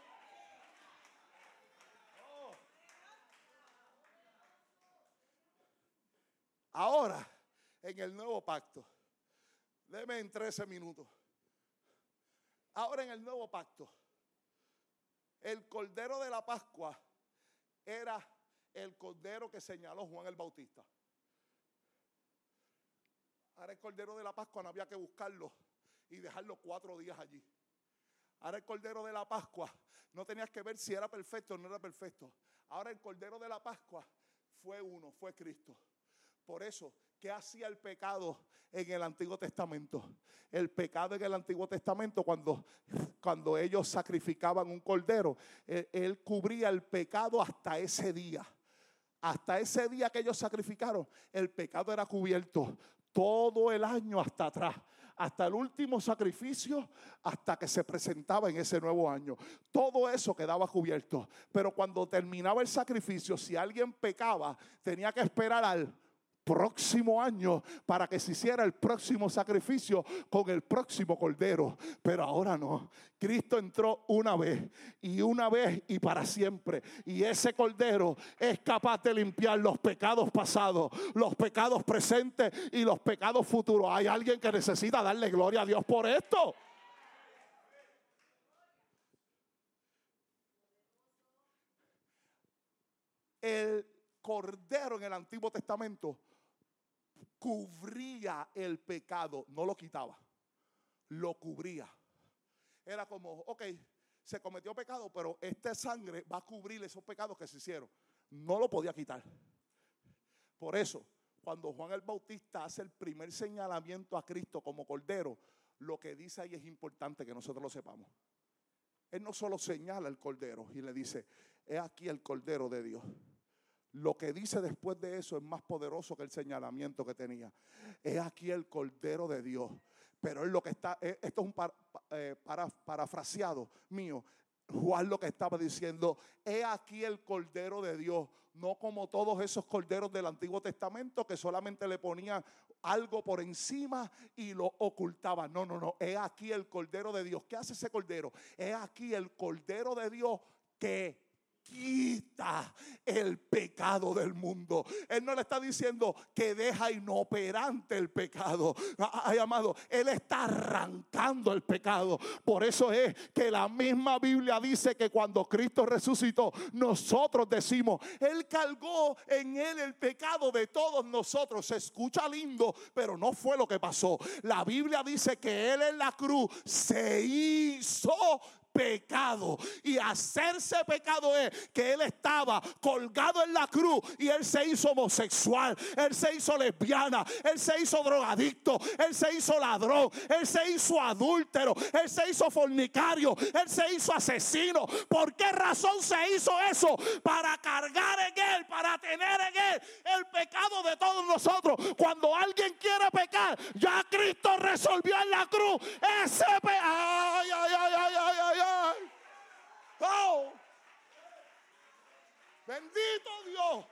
Ahora, en el nuevo pacto, deme en 13 minutos. Ahora en el nuevo pacto, el Cordero de la Pascua era el Cordero que señaló Juan el Bautista. Ahora el Cordero de la Pascua no había que buscarlo y dejarlo 4 días allí. Ahora el Cordero de la Pascua no tenías que ver si era perfecto o no era perfecto. Ahora el Cordero de la Pascua fue uno, fue Cristo. Por eso, ¿qué hacía el pecado en el Antiguo Testamento? El pecado en el Antiguo Testamento, cuando ellos sacrificaban un cordero, él cubría el pecado hasta ese día. Hasta ese día que ellos sacrificaron, el pecado era cubierto. todo el año hasta atrás, hasta el último sacrificio, hasta que se presentaba en ese nuevo año. Todo eso quedaba cubierto. Pero cuando terminaba el sacrificio, si alguien pecaba, tenía que esperar al próximo año para que se hiciera el próximo sacrificio con el próximo cordero. Pero ahora no. Cristo entró una vez y para siempre. Y ese cordero es capaz de limpiar los pecados pasados, los pecados presentes y los pecados futuros. Hay alguien que necesita darle gloria a Dios por esto. El cordero en el Antiguo Testamento cubría el pecado, no lo quitaba, lo cubría. Era como, ok, se cometió pecado, pero esta sangre va a cubrir esos pecados que se hicieron. No lo podía quitar. Por eso, cuando Juan el Bautista hace el primer señalamiento a Cristo como cordero, lo que dice ahí es importante que nosotros lo sepamos. Él no solo señala el cordero y le dice, he aquí el cordero de Dios. Lo que dice después de eso es más poderoso que el señalamiento que tenía. He aquí el cordero de Dios. Pero es lo que está, esto es un parafraseado mío. Juan lo que estaba diciendo, he aquí el cordero de Dios. No como todos esos corderos del Antiguo Testamento que solamente le ponían algo por encima y lo ocultaban. No. He aquí el cordero de Dios. ¿Qué hace ese cordero? He aquí el cordero de Dios que quita el pecado del mundo. Él no le está diciendo que deja inoperante el pecado. Ay, amado, Él está arrancando el pecado. Por eso es que la misma Biblia dice que cuando Cristo resucitó, nosotros decimos, Él cargó en Él el pecado de todos nosotros. Se escucha lindo, pero no fue lo que pasó. La Biblia dice que Él en la cruz se hizo pecado, y hacerse pecado es que Él estaba colgado en la cruz y Él se hizo homosexual, Él se hizo lesbiana, Él se hizo drogadicto, Él se hizo ladrón, Él se hizo adúltero, Él se hizo fornicario, Él se hizo asesino. ¿Por qué razón se hizo eso? Para cargar en Él, para tener en Él el pecado de todos nosotros. Cuando alguien quiere pecar, ya Cristo resolvió en la cruz ese pecado. ¡Ay! ¡Oh! ¡Bendito Dios!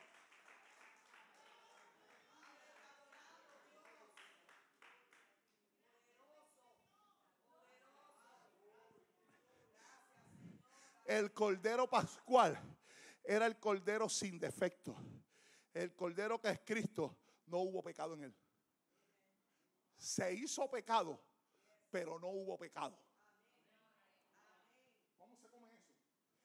El cordero pascual era el cordero sin defecto. El cordero que es Cristo, no hubo pecado en él. Se hizo pecado, pero no hubo pecado. ¿Cómo se come eso?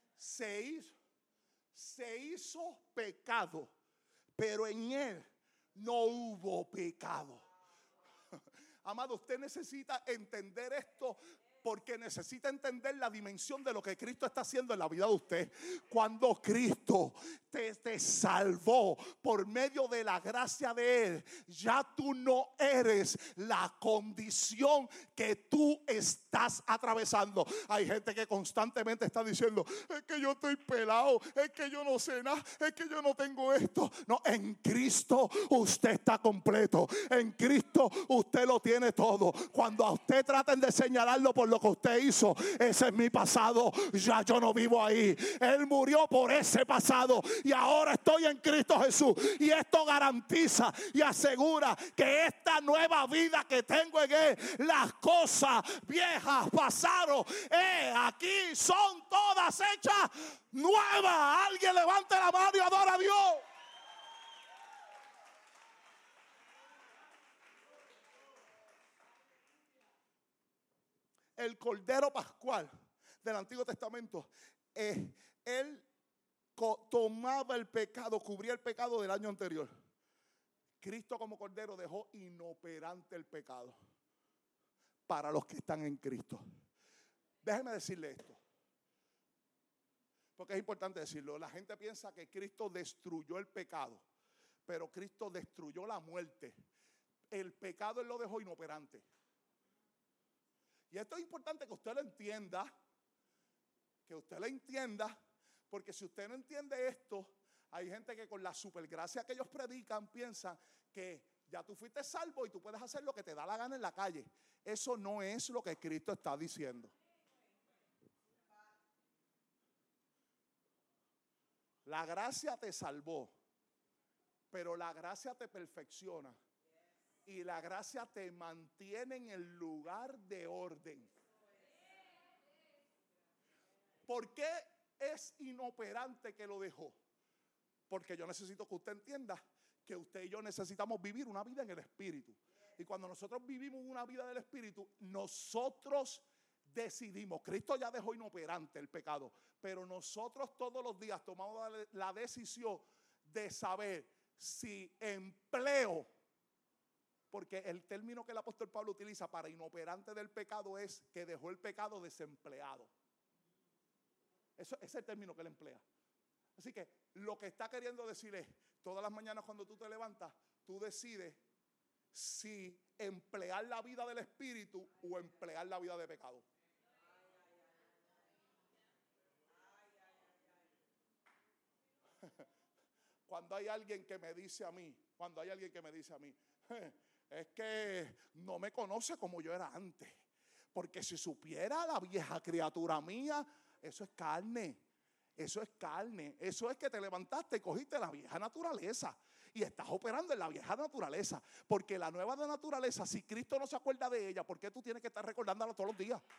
Se hizo pecado, pero en él no hubo pecado. Amado, usted necesita entender esto, porque necesita entender la dimensión de lo que Cristo está haciendo en la vida de usted. Cuando Cristo te salvó por medio de la gracia de Él, ya tú no eres la condición que tú estás atravesando. Hay gente que constantemente está diciendo, es que yo estoy pelado, es que yo no sé nada, es que yo no tengo esto. No, en Cristo usted está completo. En Cristo usted lo tiene todo. Cuando a usted traten de señalarlo por lo que usted hizo, ese es mi pasado, ya yo no vivo ahí. Él murió por ese pasado y ahora estoy en Cristo Jesús, y esto garantiza y asegura que esta nueva vida que tengo en Él, las cosas viejas pasaron, aquí son todas hechas nuevas. Alguien levante la mano y adora a Dios. El cordero pascual del Antiguo Testamento, él tomaba el pecado, cubría el pecado del año anterior. Cristo como cordero dejó inoperante el pecado para los que están en Cristo. Déjeme decirle esto, porque es importante decirlo. La gente piensa que Cristo destruyó el pecado, pero Cristo destruyó la muerte. El pecado Él lo dejó inoperante. Y esto es importante que usted lo entienda, porque si usted no entiende esto, hay gente que con la supergracia que ellos predican piensan que Ya tú fuiste salvo y tú puedes hacer lo que te da la gana en la calle. Eso no es lo que Cristo está diciendo. La gracia te salvó, pero la gracia te perfecciona y la gracia te mantiene en el lugar de orden. ¿Por qué es inoperante que lo dejó? Porque yo necesito que usted entienda que usted y yo necesitamos vivir una vida en el Espíritu. Y cuando nosotros vivimos una vida del Espíritu, nosotros decidimos. Cristo ya dejó inoperante el pecado, pero nosotros todos los días tomamos la decisión de saber si empleo, porque el término que el apóstol Pablo utiliza para inoperante del pecado es que dejó el pecado desempleado. Eso es el término que él emplea. Así que lo que está queriendo decir es, todas las mañanas cuando tú te levantas, tú decides si emplear la vida del Espíritu o emplear la vida de pecado. Cuando hay alguien que me dice a mí, es que no me conoce como yo era antes. Porque si supiera la vieja criatura mía, eso es carne. Eso es carne. Eso es que te levantaste y cogiste la vieja naturaleza y estás operando en la vieja naturaleza. Porque la nueva naturaleza, si Cristo no se acuerda de ella, ¿por qué tú tienes que estar recordándola todos los días?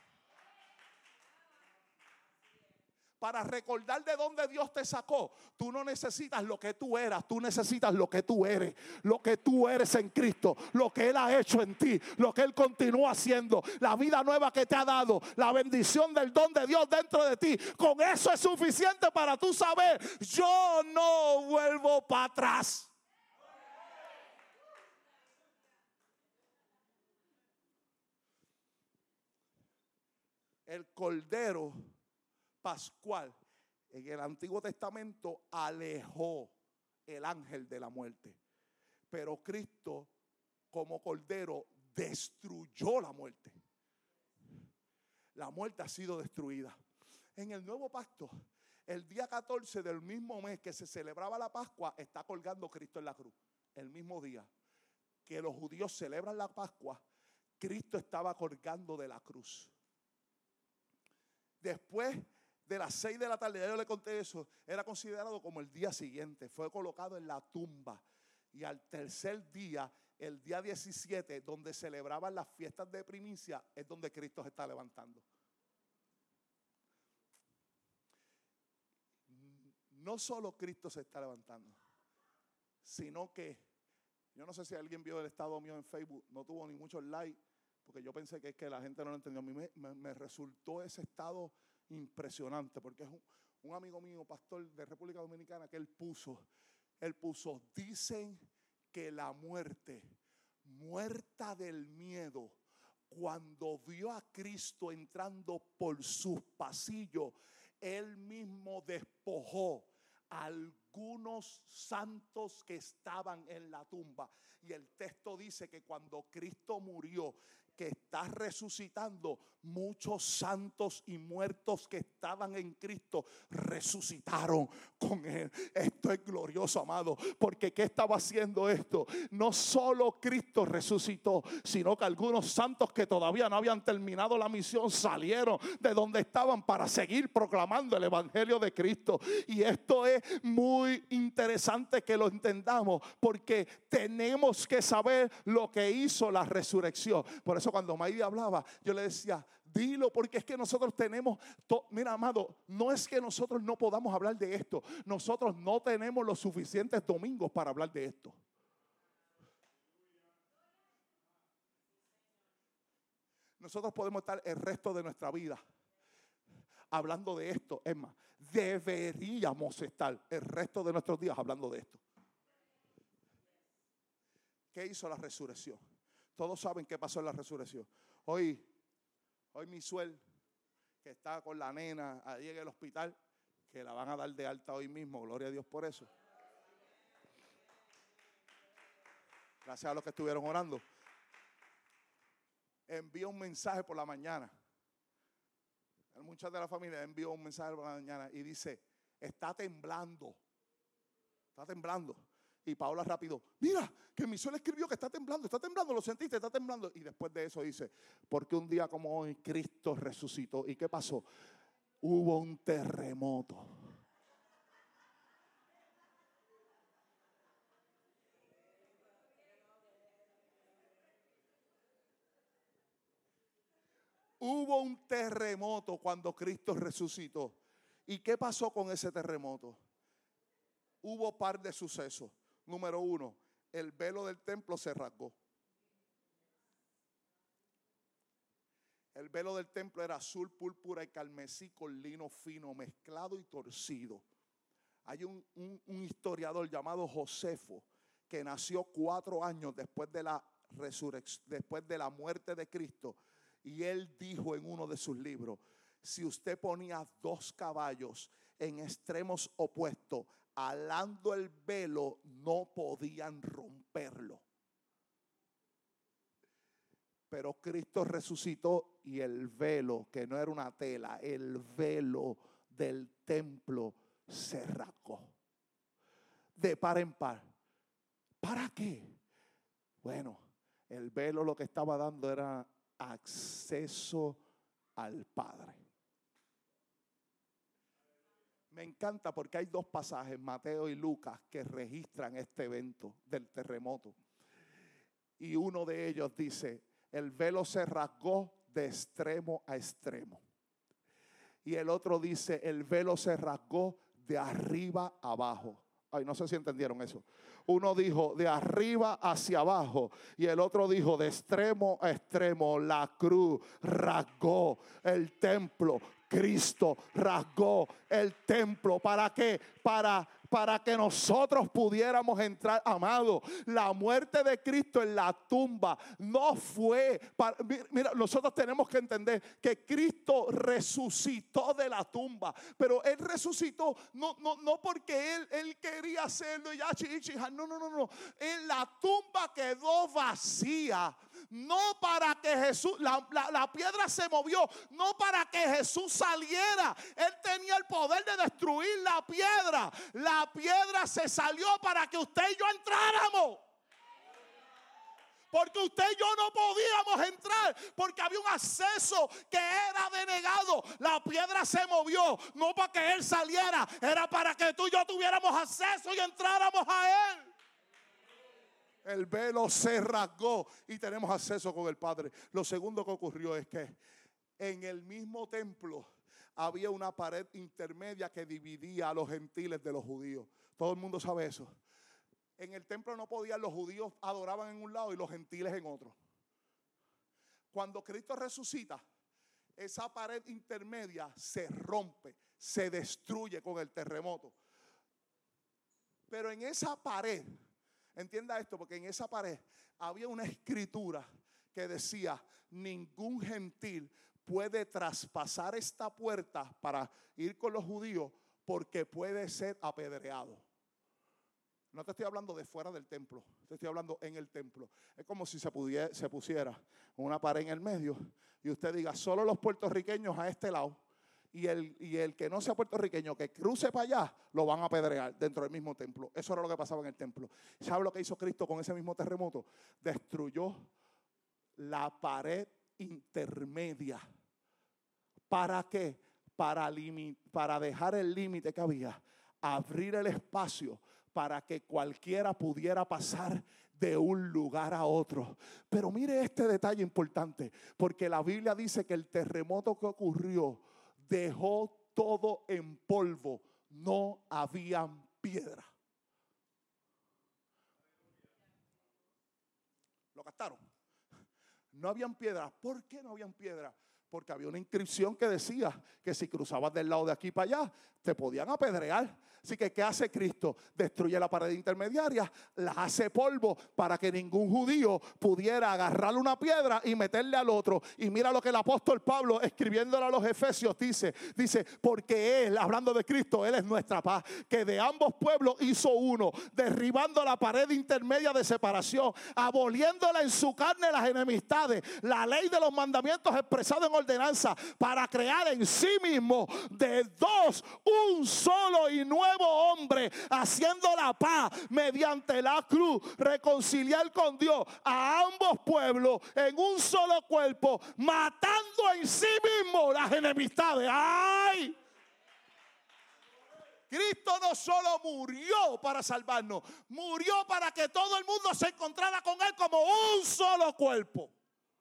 Para recordar de dónde Dios te sacó, tú no necesitas lo que tú eras, tú necesitas lo que tú eres. Lo que tú eres en Cristo, lo que Él ha hecho en ti, lo que Él continúa haciendo, la vida nueva que te ha dado, la bendición del don de Dios dentro de ti. Con eso es suficiente para tú saber, yo no vuelvo para atrás. El Cordero Pascual en el Antiguo Testamento alejó el ángel de la muerte, pero Cristo como Cordero destruyó la muerte. La muerte ha sido destruida. En el Nuevo Pacto, el día 14 del mismo mes que se celebraba la Pascua, está colgando Cristo en la cruz. El mismo día que los judíos celebran la Pascua, Cristo estaba colgando de la cruz. Después de las 6 de la tarde, ya yo le conté eso, era considerado como el día siguiente. Fue colocado en la tumba. Y al tercer día, el día 17, donde celebraban las fiestas de primicia, es donde Cristo se está levantando. No solo Cristo se está levantando, sino que, yo no sé si alguien vio el estado mío en Facebook, no tuvo ni muchos likes, porque yo pensé que es que la gente no lo entendió. A mí me resultó ese estado impresionante, porque es un amigo mío, pastor de República Dominicana, que él puso, dicen que la muerte, muerta del miedo, cuando vio a Cristo entrando por sus pasillos, él mismo despojó a algunos santos que estaban en la tumba. Y el texto dice que cuando Cristo murió, que está resucitando, muchos santos y muertos que estaban en Cristo resucitaron con Él. Esto es glorioso, amado, porque ¿qué estaba haciendo esto? No solo Cristo resucitó, sino que algunos santos que todavía no habían terminado la misión salieron de donde estaban para seguir proclamando el Evangelio de Cristo. Y esto es muy interesante que lo entendamos, porque tenemos que saber lo que hizo la resurrección. Por eso cuando Maide hablaba, yo le decía, dilo, porque es que nosotros tenemos, mira, amado, no es que nosotros no podamos hablar de esto, nosotros no tenemos los suficientes domingos para hablar de esto. Nosotros podemos estar el resto de nuestra vida hablando de esto. Es más, deberíamos estar el resto de nuestros días hablando de esto. ¿Qué hizo la resurrección? Todos saben qué pasó en la resurrección. Hoy mi suegro, que está con la nena ahí en el hospital, que la van a dar de alta hoy mismo, gloria a Dios por eso. Gracias a los que estuvieron orando. Envió un mensaje por la mañana. Muchas de la familia envió un mensaje por la mañana y dice, está temblando. Está temblando. Y Paola rápido, mira, que mi suelo escribió que está temblando, lo sentiste, está temblando. Y después de eso dice, porque un día como hoy Cristo resucitó. ¿Y qué pasó? Hubo un terremoto. Hubo un terremoto cuando Cristo resucitó. ¿Y qué pasó con ese terremoto? Hubo par de sucesos. Número 1, el velo del templo se rasgó. El velo del templo era azul, púrpura y carmesí con lino fino, mezclado y torcido. Hay un historiador llamado Josefo que nació 4 años después de la resurrección, después de la muerte de Cristo. Y él dijo en uno de sus libros, si usted ponía 2 caballos en extremos opuestos, alando el velo, no podían romperlo. Pero Cristo resucitó y el velo, que no era una tela, el velo del templo se rasgó. De par en par. ¿Para qué? Bueno, el velo lo que estaba dando era acceso al Padre. Me encanta porque hay 2 pasajes, Mateo y Lucas, que registran este evento del terremoto. Y uno de ellos dice, el velo se rasgó de extremo a extremo. Y el otro dice, el velo se rasgó de arriba a abajo. Ay, no sé si entendieron eso. Uno dijo de arriba hacia abajo y el otro dijo de extremo a extremo. La cruz rasgó el templo. Cristo rasgó el templo. ¿Para qué? Para que nosotros pudiéramos entrar, amado. La muerte de Cristo en la tumba no fue mira, nosotros tenemos que entender que Cristo resucitó de la tumba, pero Él resucitó no porque Él quería hacerlo y ya no. En la tumba quedó vacía. No para que Jesús, la piedra se movió, no para que Jesús saliera. Él tenía el poder de destruir la piedra. La piedra se salió para que usted y yo entráramos. Porque usted y yo no podíamos entrar, porque había un acceso que era denegado. La piedra se movió, no para que Él saliera, era para que tú y yo tuviéramos acceso y entráramos a Él. El velo se rasgó y tenemos acceso con el Padre. Lo segundo que ocurrió es que en el mismo templo había una pared intermedia que dividía a los gentiles de los judíos. Todo el mundo sabe eso. En el templo no podían, los judíos adoraban en un lado y los gentiles en otro. Cuando Cristo resucita, esa pared intermedia se rompe, se destruye con el terremoto. Pero en esa pared, entienda esto, porque en esa pared había una escritura que decía, ningún gentil puede traspasar esta puerta para ir con los judíos porque puede ser apedreado. No te estoy hablando de fuera del templo, te estoy hablando en el templo. Es como si se pusiera una pared en el medio y usted diga, solo los puertorriqueños a este lado y el que no sea puertorriqueño que cruce para allá, lo van a apedrear dentro del mismo templo. Eso era lo que pasaba en el templo. ¿Sabe lo que hizo Cristo con ese mismo terremoto? Destruyó la pared intermedia. ¿Para qué? Para dejar el límite que había, abrir el espacio para que cualquiera pudiera pasar de un lugar a otro. Pero mire este detalle importante, porque la Biblia dice que el terremoto que ocurrió dejó todo en polvo, no habían piedra. ¿Lo captaron? No habían piedra. ¿Por qué no habían piedra? Porque había una inscripción que decía que si cruzabas del lado de aquí para allá, te podían apedrear. Así que, ¿qué hace Cristo? Destruye la pared intermediaria, la hace polvo para que ningún judío pudiera agarrarle una piedra y meterle al otro. Y mira lo que el apóstol Pablo, escribiéndole a los Efesios, dice, porque Él, hablando de Cristo, Él es nuestra paz, que de ambos pueblos hizo uno, derribando la pared intermedia de separación, aboliéndola en su carne las enemistades, la ley de los mandamientos expresados en ordenanza para crear en sí mismo de dos un solo y nuevo hombre, haciendo la paz mediante la cruz, reconciliar con Dios a ambos pueblos en un solo cuerpo, matando en sí mismo las enemistades. ¡Ay! Cristo no solo murió para salvarnos, murió para que todo el mundo se encontrara con Él como un solo cuerpo.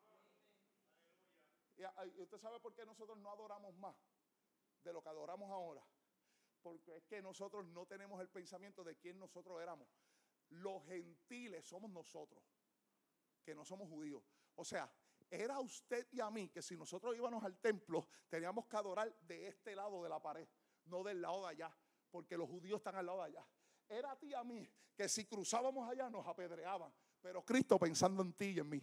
Y usted sabe por qué nosotros no adoramos más de lo que adoramos ahora. Porque es que nosotros no tenemos el pensamiento de quién nosotros éramos. Los gentiles somos nosotros, que no somos judíos. O sea, era usted y a mí que si nosotros íbamos al templo, teníamos que adorar de este lado de la pared, no del lado de allá, porque los judíos están al lado de allá. Era a ti y a mí que si cruzábamos allá nos apedreaban, pero Cristo pensando en ti y en mí.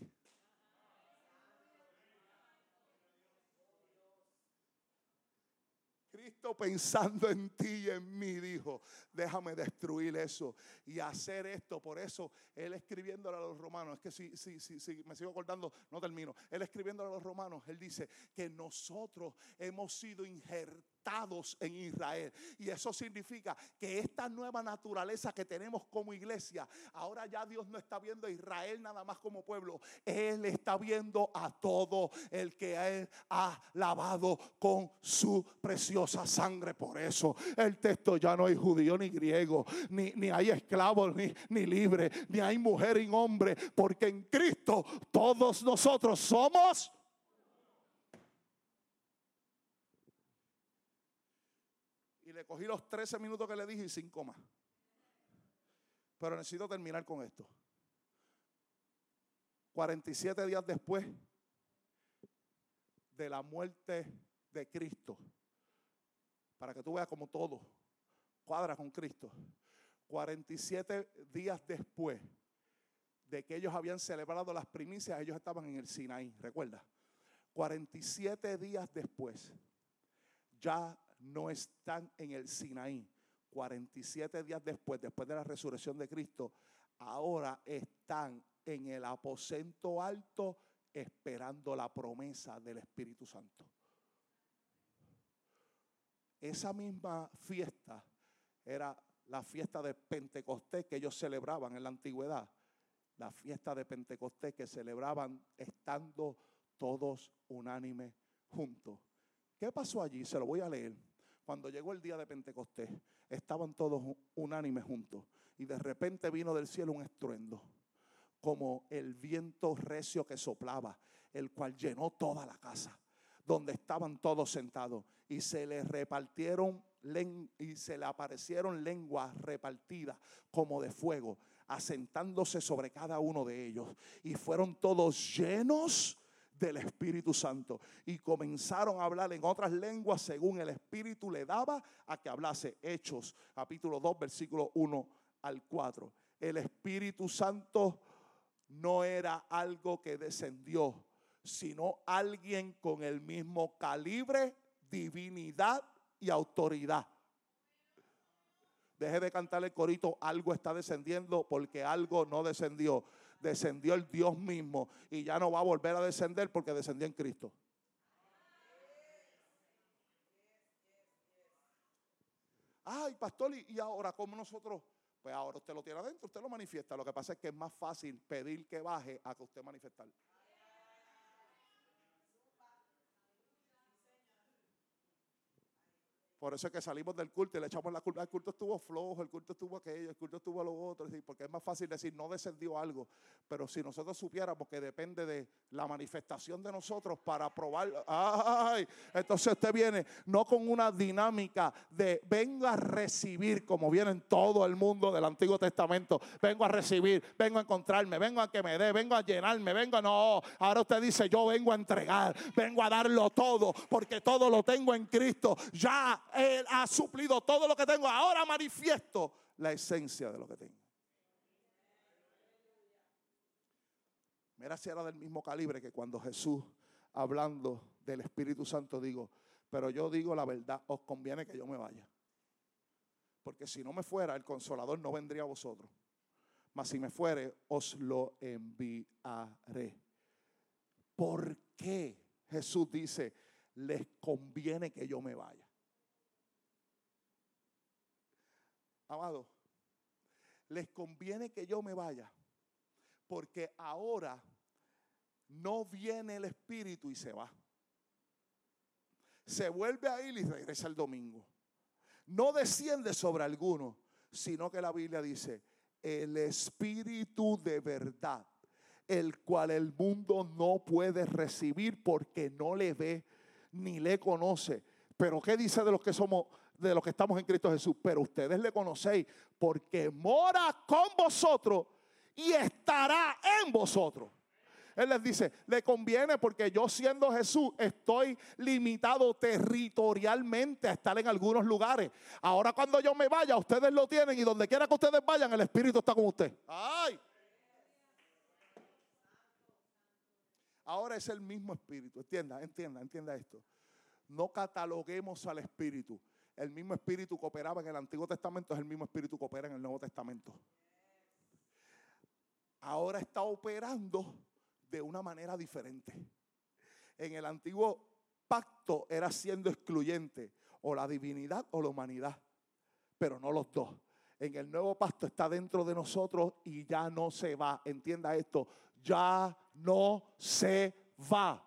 Cristo pensando en ti y en mí dijo, déjame destruir eso y hacer esto. Por eso Él escribiéndole a los romanos, es que si me sigo acordando, no termino. Él escribiéndole a los romanos, Él dice que nosotros hemos sido injertados en Israel. Y eso significa que esta nueva naturaleza que tenemos como iglesia, ahora ya Dios no está viendo a Israel nada más como pueblo. Él está viendo a todo el que Él ha lavado con su preciosa sangre. Por eso el texto ya no hay judío ni griego, ni hay esclavo ni libre, ni hay mujer ni hombre, porque en Cristo todos nosotros somos. Y le cogí los 13 minutos que le dije y 5 más. Pero necesito terminar con esto. 47 días después de la muerte de Cristo, para que tú veas como todo cuadra con Cristo. 47 días después de que ellos habían celebrado las primicias, ellos estaban en el Sinaí, ¿recuerda? 47 días después, ya no están en el Sinaí. 47 días después de la resurrección de Cristo, ahora están en el aposento alto esperando la promesa del Espíritu Santo. Esa misma fiesta era la fiesta de Pentecostés que ellos celebraban en la antigüedad. La fiesta de Pentecostés que celebraban estando todos unánimes juntos. ¿Qué pasó allí? Se lo voy a leer. Cuando llegó el día de Pentecostés, estaban todos unánimes juntos. Y de repente vino del cielo un estruendo, como el viento recio que soplaba, el cual llenó toda la casa, donde estaban todos sentados. Y se les repartieron y se le aparecieron lenguas repartidas como de fuego, asentándose sobre cada uno de ellos. Y fueron todos llenos del Espíritu Santo y comenzaron a hablar en otras lenguas según el Espíritu le daba a que hablase. Hechos capítulo 2 versículo 1 al 4. El Espíritu Santo no era algo que descendió, sino alguien con el mismo calibre, divinidad y autoridad. Deje de cantar el corito, algo está descendiendo, porque algo no descendió. Descendió el Dios mismo y ya no va a volver a descender porque descendió en Cristo. Ay, pastor, y ahora ¿cómo nosotros? Pues ahora usted lo tiene adentro, usted lo manifiesta. Lo que pasa es que es más fácil pedir que baje a que usted manifestar. Por eso es que salimos del culto y le echamos la culpa. El culto estuvo flojo, el culto estuvo aquello, el culto estuvo lo otro. Porque es más fácil decir no descendió algo. Pero si nosotros supiéramos que depende de la manifestación de nosotros para probar. ¡Ay! Entonces usted viene no con una dinámica de vengo a recibir, como viene en todo el mundo del Antiguo Testamento. Vengo a recibir, vengo a encontrarme, vengo a que me dé, vengo a llenarme, no. Ahora usted dice yo vengo a entregar, vengo a darlo todo, porque todo lo tengo en Cristo. Ya Él ha suplido todo lo que tengo. Ahora manifiesto la esencia de lo que tengo. Mira si era del mismo calibre que cuando Jesús, hablando del Espíritu Santo, digo, pero yo digo la verdad, os conviene que yo me vaya. Porque si no me fuera, el Consolador no vendría a vosotros. Mas si me fuere, os lo enviaré. ¿Por qué Jesús dice, les conviene que yo me vaya. Amado, les conviene que yo me vaya, porque ahora no viene el Espíritu y se va. Se vuelve a ir y regresa el domingo. No desciende sobre alguno, sino que la Biblia dice, el Espíritu de verdad, el cual el mundo no puede recibir porque no le ve ni le conoce. Pero ¿qué dice de los que somos, de los que estamos en Cristo Jesús? Pero ustedes le conocéis porque mora con vosotros y estará en vosotros. Él les dice, le conviene porque yo siendo Jesús estoy limitado territorialmente a estar en algunos lugares. Ahora cuando yo me vaya, ustedes lo tienen y donde quiera que ustedes vayan, el Espíritu está con usted. ¡Ay! Ahora es el mismo Espíritu. Entienda esto. No cataloguemos al Espíritu. El mismo Espíritu que operaba en el Antiguo Testamento es el mismo Espíritu que opera en el Nuevo Testamento. Ahora está operando de una manera diferente. En el antiguo pacto era siendo excluyente, o la divinidad o la humanidad, pero no los dos. En el nuevo pacto está dentro de nosotros y ya no se va. Entienda esto, ya no se va.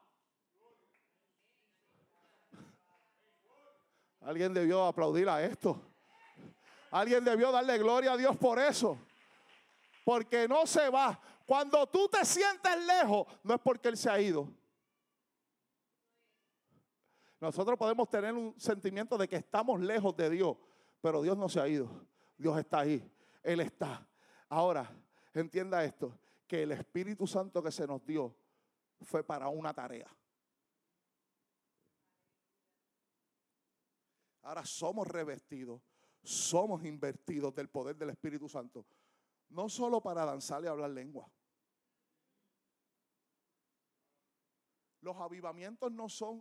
Alguien debió aplaudir a esto. Alguien debió darle gloria a Dios por eso. Porque no se va. Cuando tú te sientes lejos, no es porque Él se ha ido. Nosotros podemos tener un sentimiento de que estamos lejos de Dios, pero Dios no se ha ido. Dios está ahí. Él está. Ahora, entienda esto, que el Espíritu Santo que se nos dio fue para una tarea. Ahora somos revestidos, somos invertidos del poder del Espíritu Santo. No solo para danzar y hablar lengua. Los avivamientos no son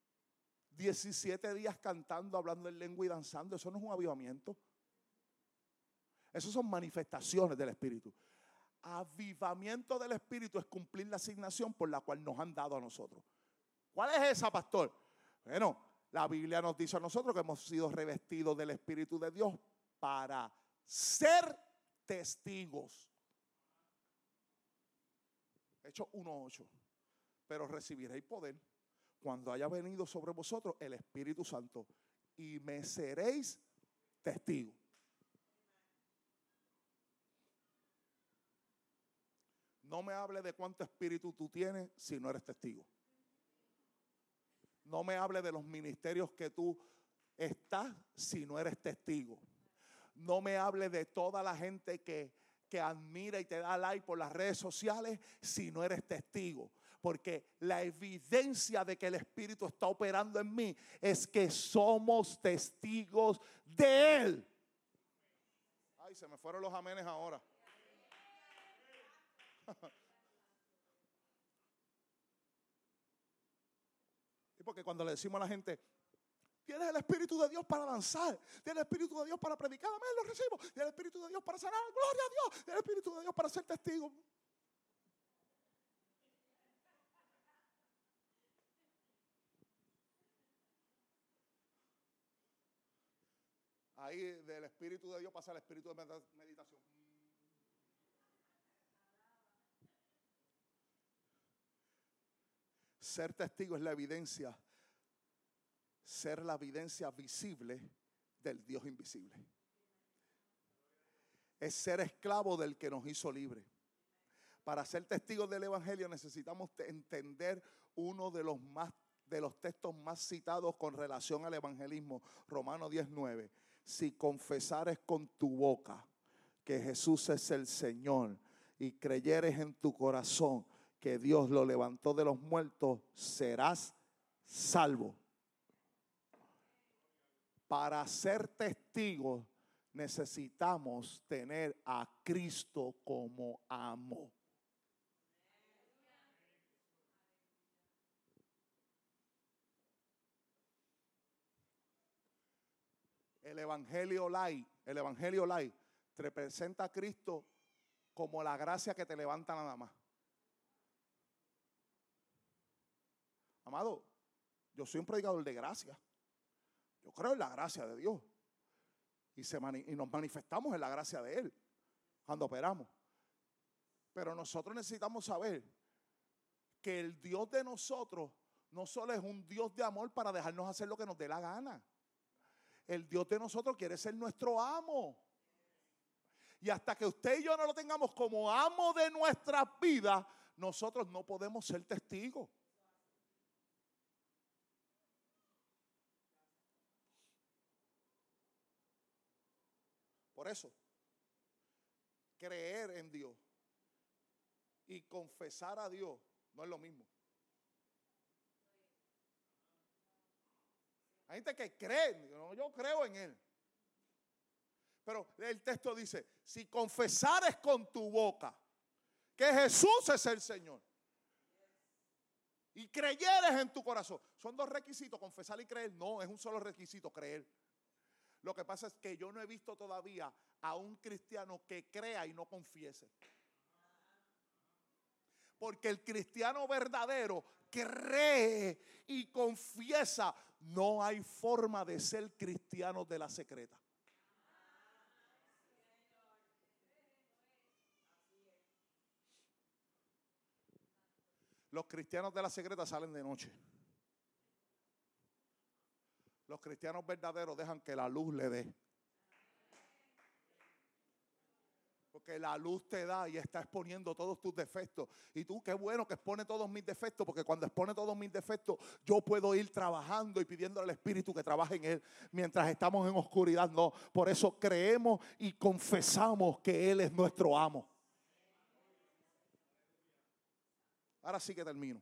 17 días cantando, hablando en lengua y danzando. Eso no es un avivamiento. Eso son manifestaciones del Espíritu. Avivamiento del Espíritu es cumplir la asignación por la cual nos han dado a nosotros. ¿Cuál es esa, pastor? Bueno, la Biblia nos dice a nosotros que hemos sido revestidos del Espíritu de Dios para ser testigos. Hechos 1:8. Pero recibiréis poder cuando haya venido sobre vosotros el Espíritu Santo y me seréis testigos. No me hable de cuánto espíritu tú tienes si no eres testigo. No me hable de los ministerios que tú estás si no eres testigo. No me hable de toda la gente que admira y te da like por las redes sociales si no eres testigo. Porque la evidencia de que el Espíritu está operando en mí es que somos testigos de Él. Ay, se me fueron los amenes ahora. Y porque cuando le decimos a la gente, tienes el Espíritu de Dios para lanzar, tienes el Espíritu de Dios para predicar, amén, lo recibo. Tienes el Espíritu de Dios para sanar, gloria a Dios. Tienes el Espíritu de Dios para ser testigo. Ahí del Espíritu de Dios pasa el Espíritu de meditación. Ser testigo es la evidencia, ser la evidencia visible del Dios invisible. Es ser esclavo del que nos hizo libre. Para ser testigos del Evangelio necesitamos entender uno de los textos más citados con relación al evangelismo, Romanos 10:9. Si confesares con tu boca que Jesús es el Señor y creyeres en tu corazón que Dios lo levantó de los muertos, serás salvo. Para ser testigos necesitamos tener a Cristo como amo. El Evangelio light te presenta a Cristo como la gracia que te levanta nada más. Amado, yo soy un predicador de gracia. Yo creo en la gracia de Dios. Y nos manifestamos en la gracia de Él cuando operamos. Pero nosotros necesitamos saber que el Dios de nosotros no solo es un Dios de amor para dejarnos hacer lo que nos dé la gana. El Dios de nosotros quiere ser nuestro amo. Y hasta que usted y yo no lo tengamos como amo de nuestras vidas, nosotros no podemos ser testigos. Por eso, creer en Dios y confesar a Dios no es lo mismo. Hay gente que cree, no, yo creo en Él. Pero el texto dice, si confesares con tu boca que Jesús es el Señor y creyeres en tu corazón. Son dos requisitos, confesar y creer. No, es un solo requisito, creer. Lo que pasa es que yo no he visto todavía a un cristiano que crea y no confiese. Porque el cristiano verdadero cree y confiesa. No hay forma de ser cristiano de la secreta. Los cristianos de la secreta salen de noche. Los cristianos verdaderos dejan que la luz le dé. Porque la luz te da y está exponiendo todos tus defectos. Y tú, qué bueno que expone todos mis defectos, porque cuando expone todos mis defectos, yo puedo ir trabajando y pidiendo al Espíritu que trabaje en Él. Mientras estamos en oscuridad, no. Por eso creemos y confesamos que Él es nuestro amo. Ahora sí que termino.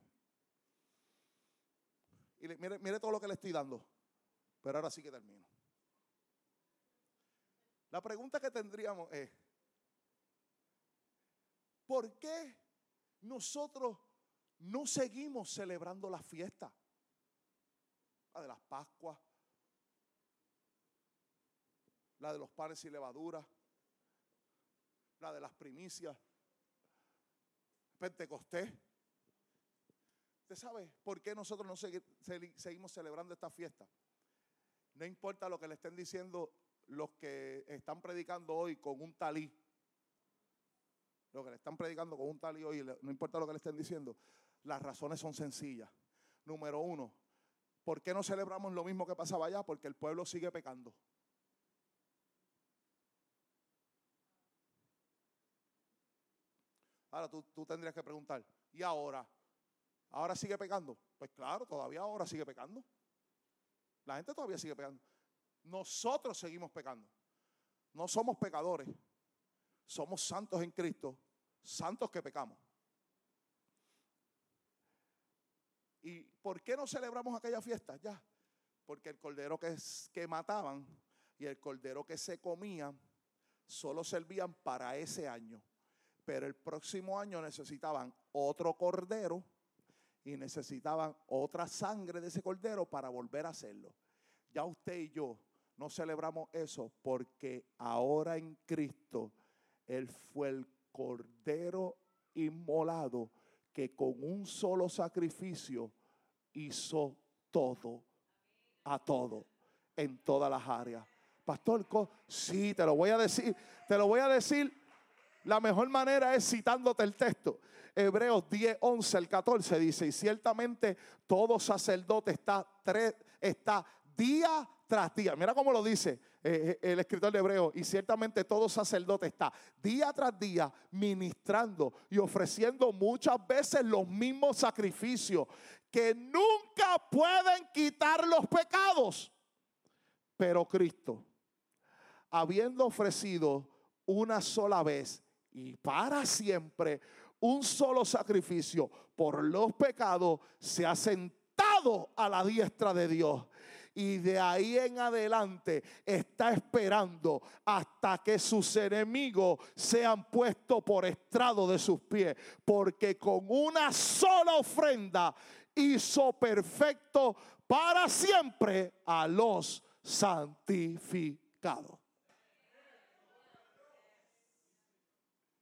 Y mire todo lo que le estoy dando. Pero ahora sí que termino. La pregunta que tendríamos es, ¿por qué nosotros no seguimos celebrando la fiesta? La de las Pascuas, la de los panes y levaduras, la de las primicias, Pentecostés. ¿Usted sabe por qué nosotros no seguimos celebrando esta fiesta? No importa lo que le estén diciendo los que están predicando hoy con un talí. Lo que le están predicando con un talí hoy, no importa lo que le estén diciendo. Las razones son sencillas. Número uno, ¿por qué no celebramos lo mismo que pasaba allá? Porque el pueblo sigue pecando. Ahora tú tendrías que preguntar, ¿y ahora? ¿Ahora sigue pecando? Pues claro, todavía ahora sigue pecando. La gente todavía sigue pecando. Nosotros seguimos pecando. No somos pecadores. Somos santos en Cristo. Santos que pecamos. ¿Y por qué no celebramos aquella fiesta? Ya. Porque el cordero que mataban y el cordero que se comían solo servían para ese año. Pero el próximo año necesitaban otro cordero y necesitaban otra sangre de ese cordero para volver a hacerlo. Ya usted y yo no celebramos eso porque ahora en Cristo Él fue el cordero inmolado que con un solo sacrificio hizo todo, a todo, en todas las áreas. Pastor, sí, te lo voy a decir. La mejor manera es citándote el texto. Hebreos 10, 11 al 14 dice, y ciertamente todo sacerdote está día tras día. Mira cómo lo dice el escritor de Hebreos. Y ciertamente todo sacerdote está día tras día ministrando y ofreciendo muchas veces los mismos sacrificios que nunca pueden quitar los pecados. Pero Cristo, habiendo ofrecido una sola vez y para siempre un solo sacrificio por los pecados, se ha sentado a la diestra de Dios. Y de ahí en adelante está esperando hasta que sus enemigos sean puestos por estrado de sus pies. Porque con una sola ofrenda hizo perfecto para siempre a los santificados.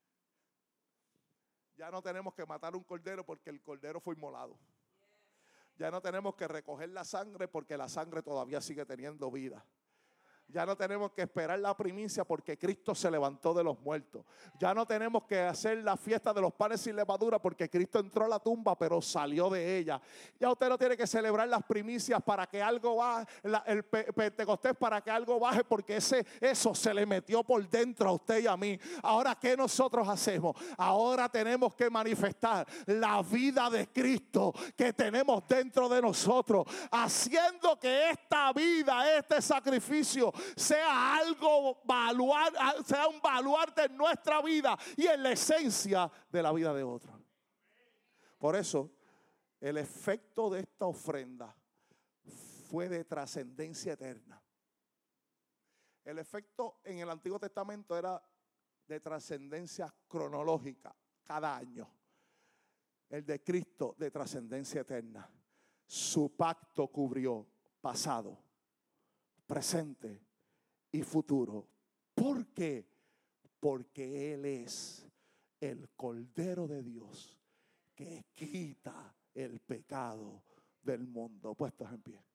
Ya no tenemos que matar un cordero porque el cordero fue inmolado. Ya no tenemos que recoger la sangre porque la sangre todavía sigue teniendo vida. Ya no tenemos que esperar la primicia porque Cristo se levantó de los muertos. Ya no tenemos que hacer la fiesta de los panes sin levadura porque Cristo entró a la tumba pero salió de ella. Ya usted no tiene que celebrar las primicias para que algo baje, el Pentecostés para que algo baje, porque eso se le metió por dentro a usted y a mí. Ahora, ¿qué nosotros hacemos? Ahora tenemos que manifestar la vida de Cristo que tenemos dentro de nosotros, haciendo que esta vida, este sacrificio sea algo sea un baluarte en nuestra vida y en la esencia de la vida de otros. Por eso, el efecto de esta ofrenda fue de trascendencia eterna. El efecto en el Antiguo Testamento era de trascendencia cronológica, cada año. El de Cristo de trascendencia eterna. Su pacto cubrió pasado, presente y futuro. ¿Por qué? Porque Él es el Cordero de Dios que quita el pecado del mundo. Puestos en pie.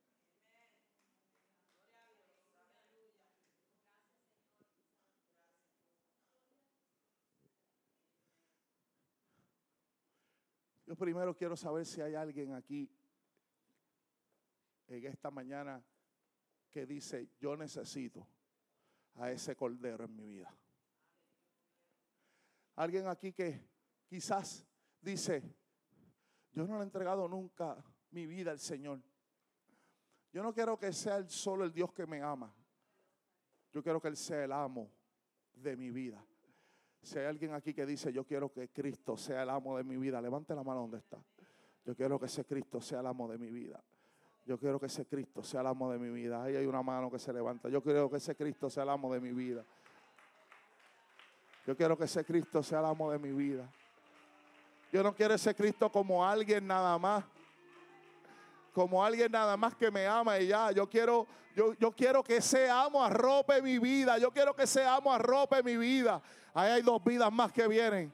Yo primero quiero saber si hay alguien aquí en esta mañana que dice: yo necesito a ese Cordero en mi vida. Alguien aquí que quizás dice: yo no le he entregado nunca mi vida al Señor. Yo no quiero que sea Él solo el Dios que me ama. Yo quiero que Él sea el amo de mi vida. Si hay alguien aquí que dice: yo quiero que Cristo sea el amo de mi vida, levante la mano donde está. Yo quiero que ese Cristo sea el amo de mi vida. Yo quiero que ese Cristo sea el amo de mi vida. Ahí hay una mano que se levanta. Yo quiero que ese Cristo sea el amo de mi vida. Yo quiero que ese Cristo sea el amo de mi vida. Yo no quiero ese Cristo como alguien nada más. Como alguien nada más que me ama y ya. Yo quiero que ese amo arrope mi vida. Yo quiero que ese amo arrope mi vida. Ahí hay 2 vidas más que vienen.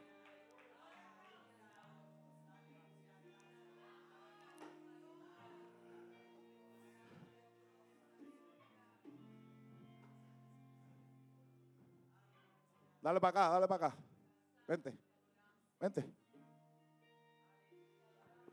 Dale para acá, dale para acá. Vente, vente.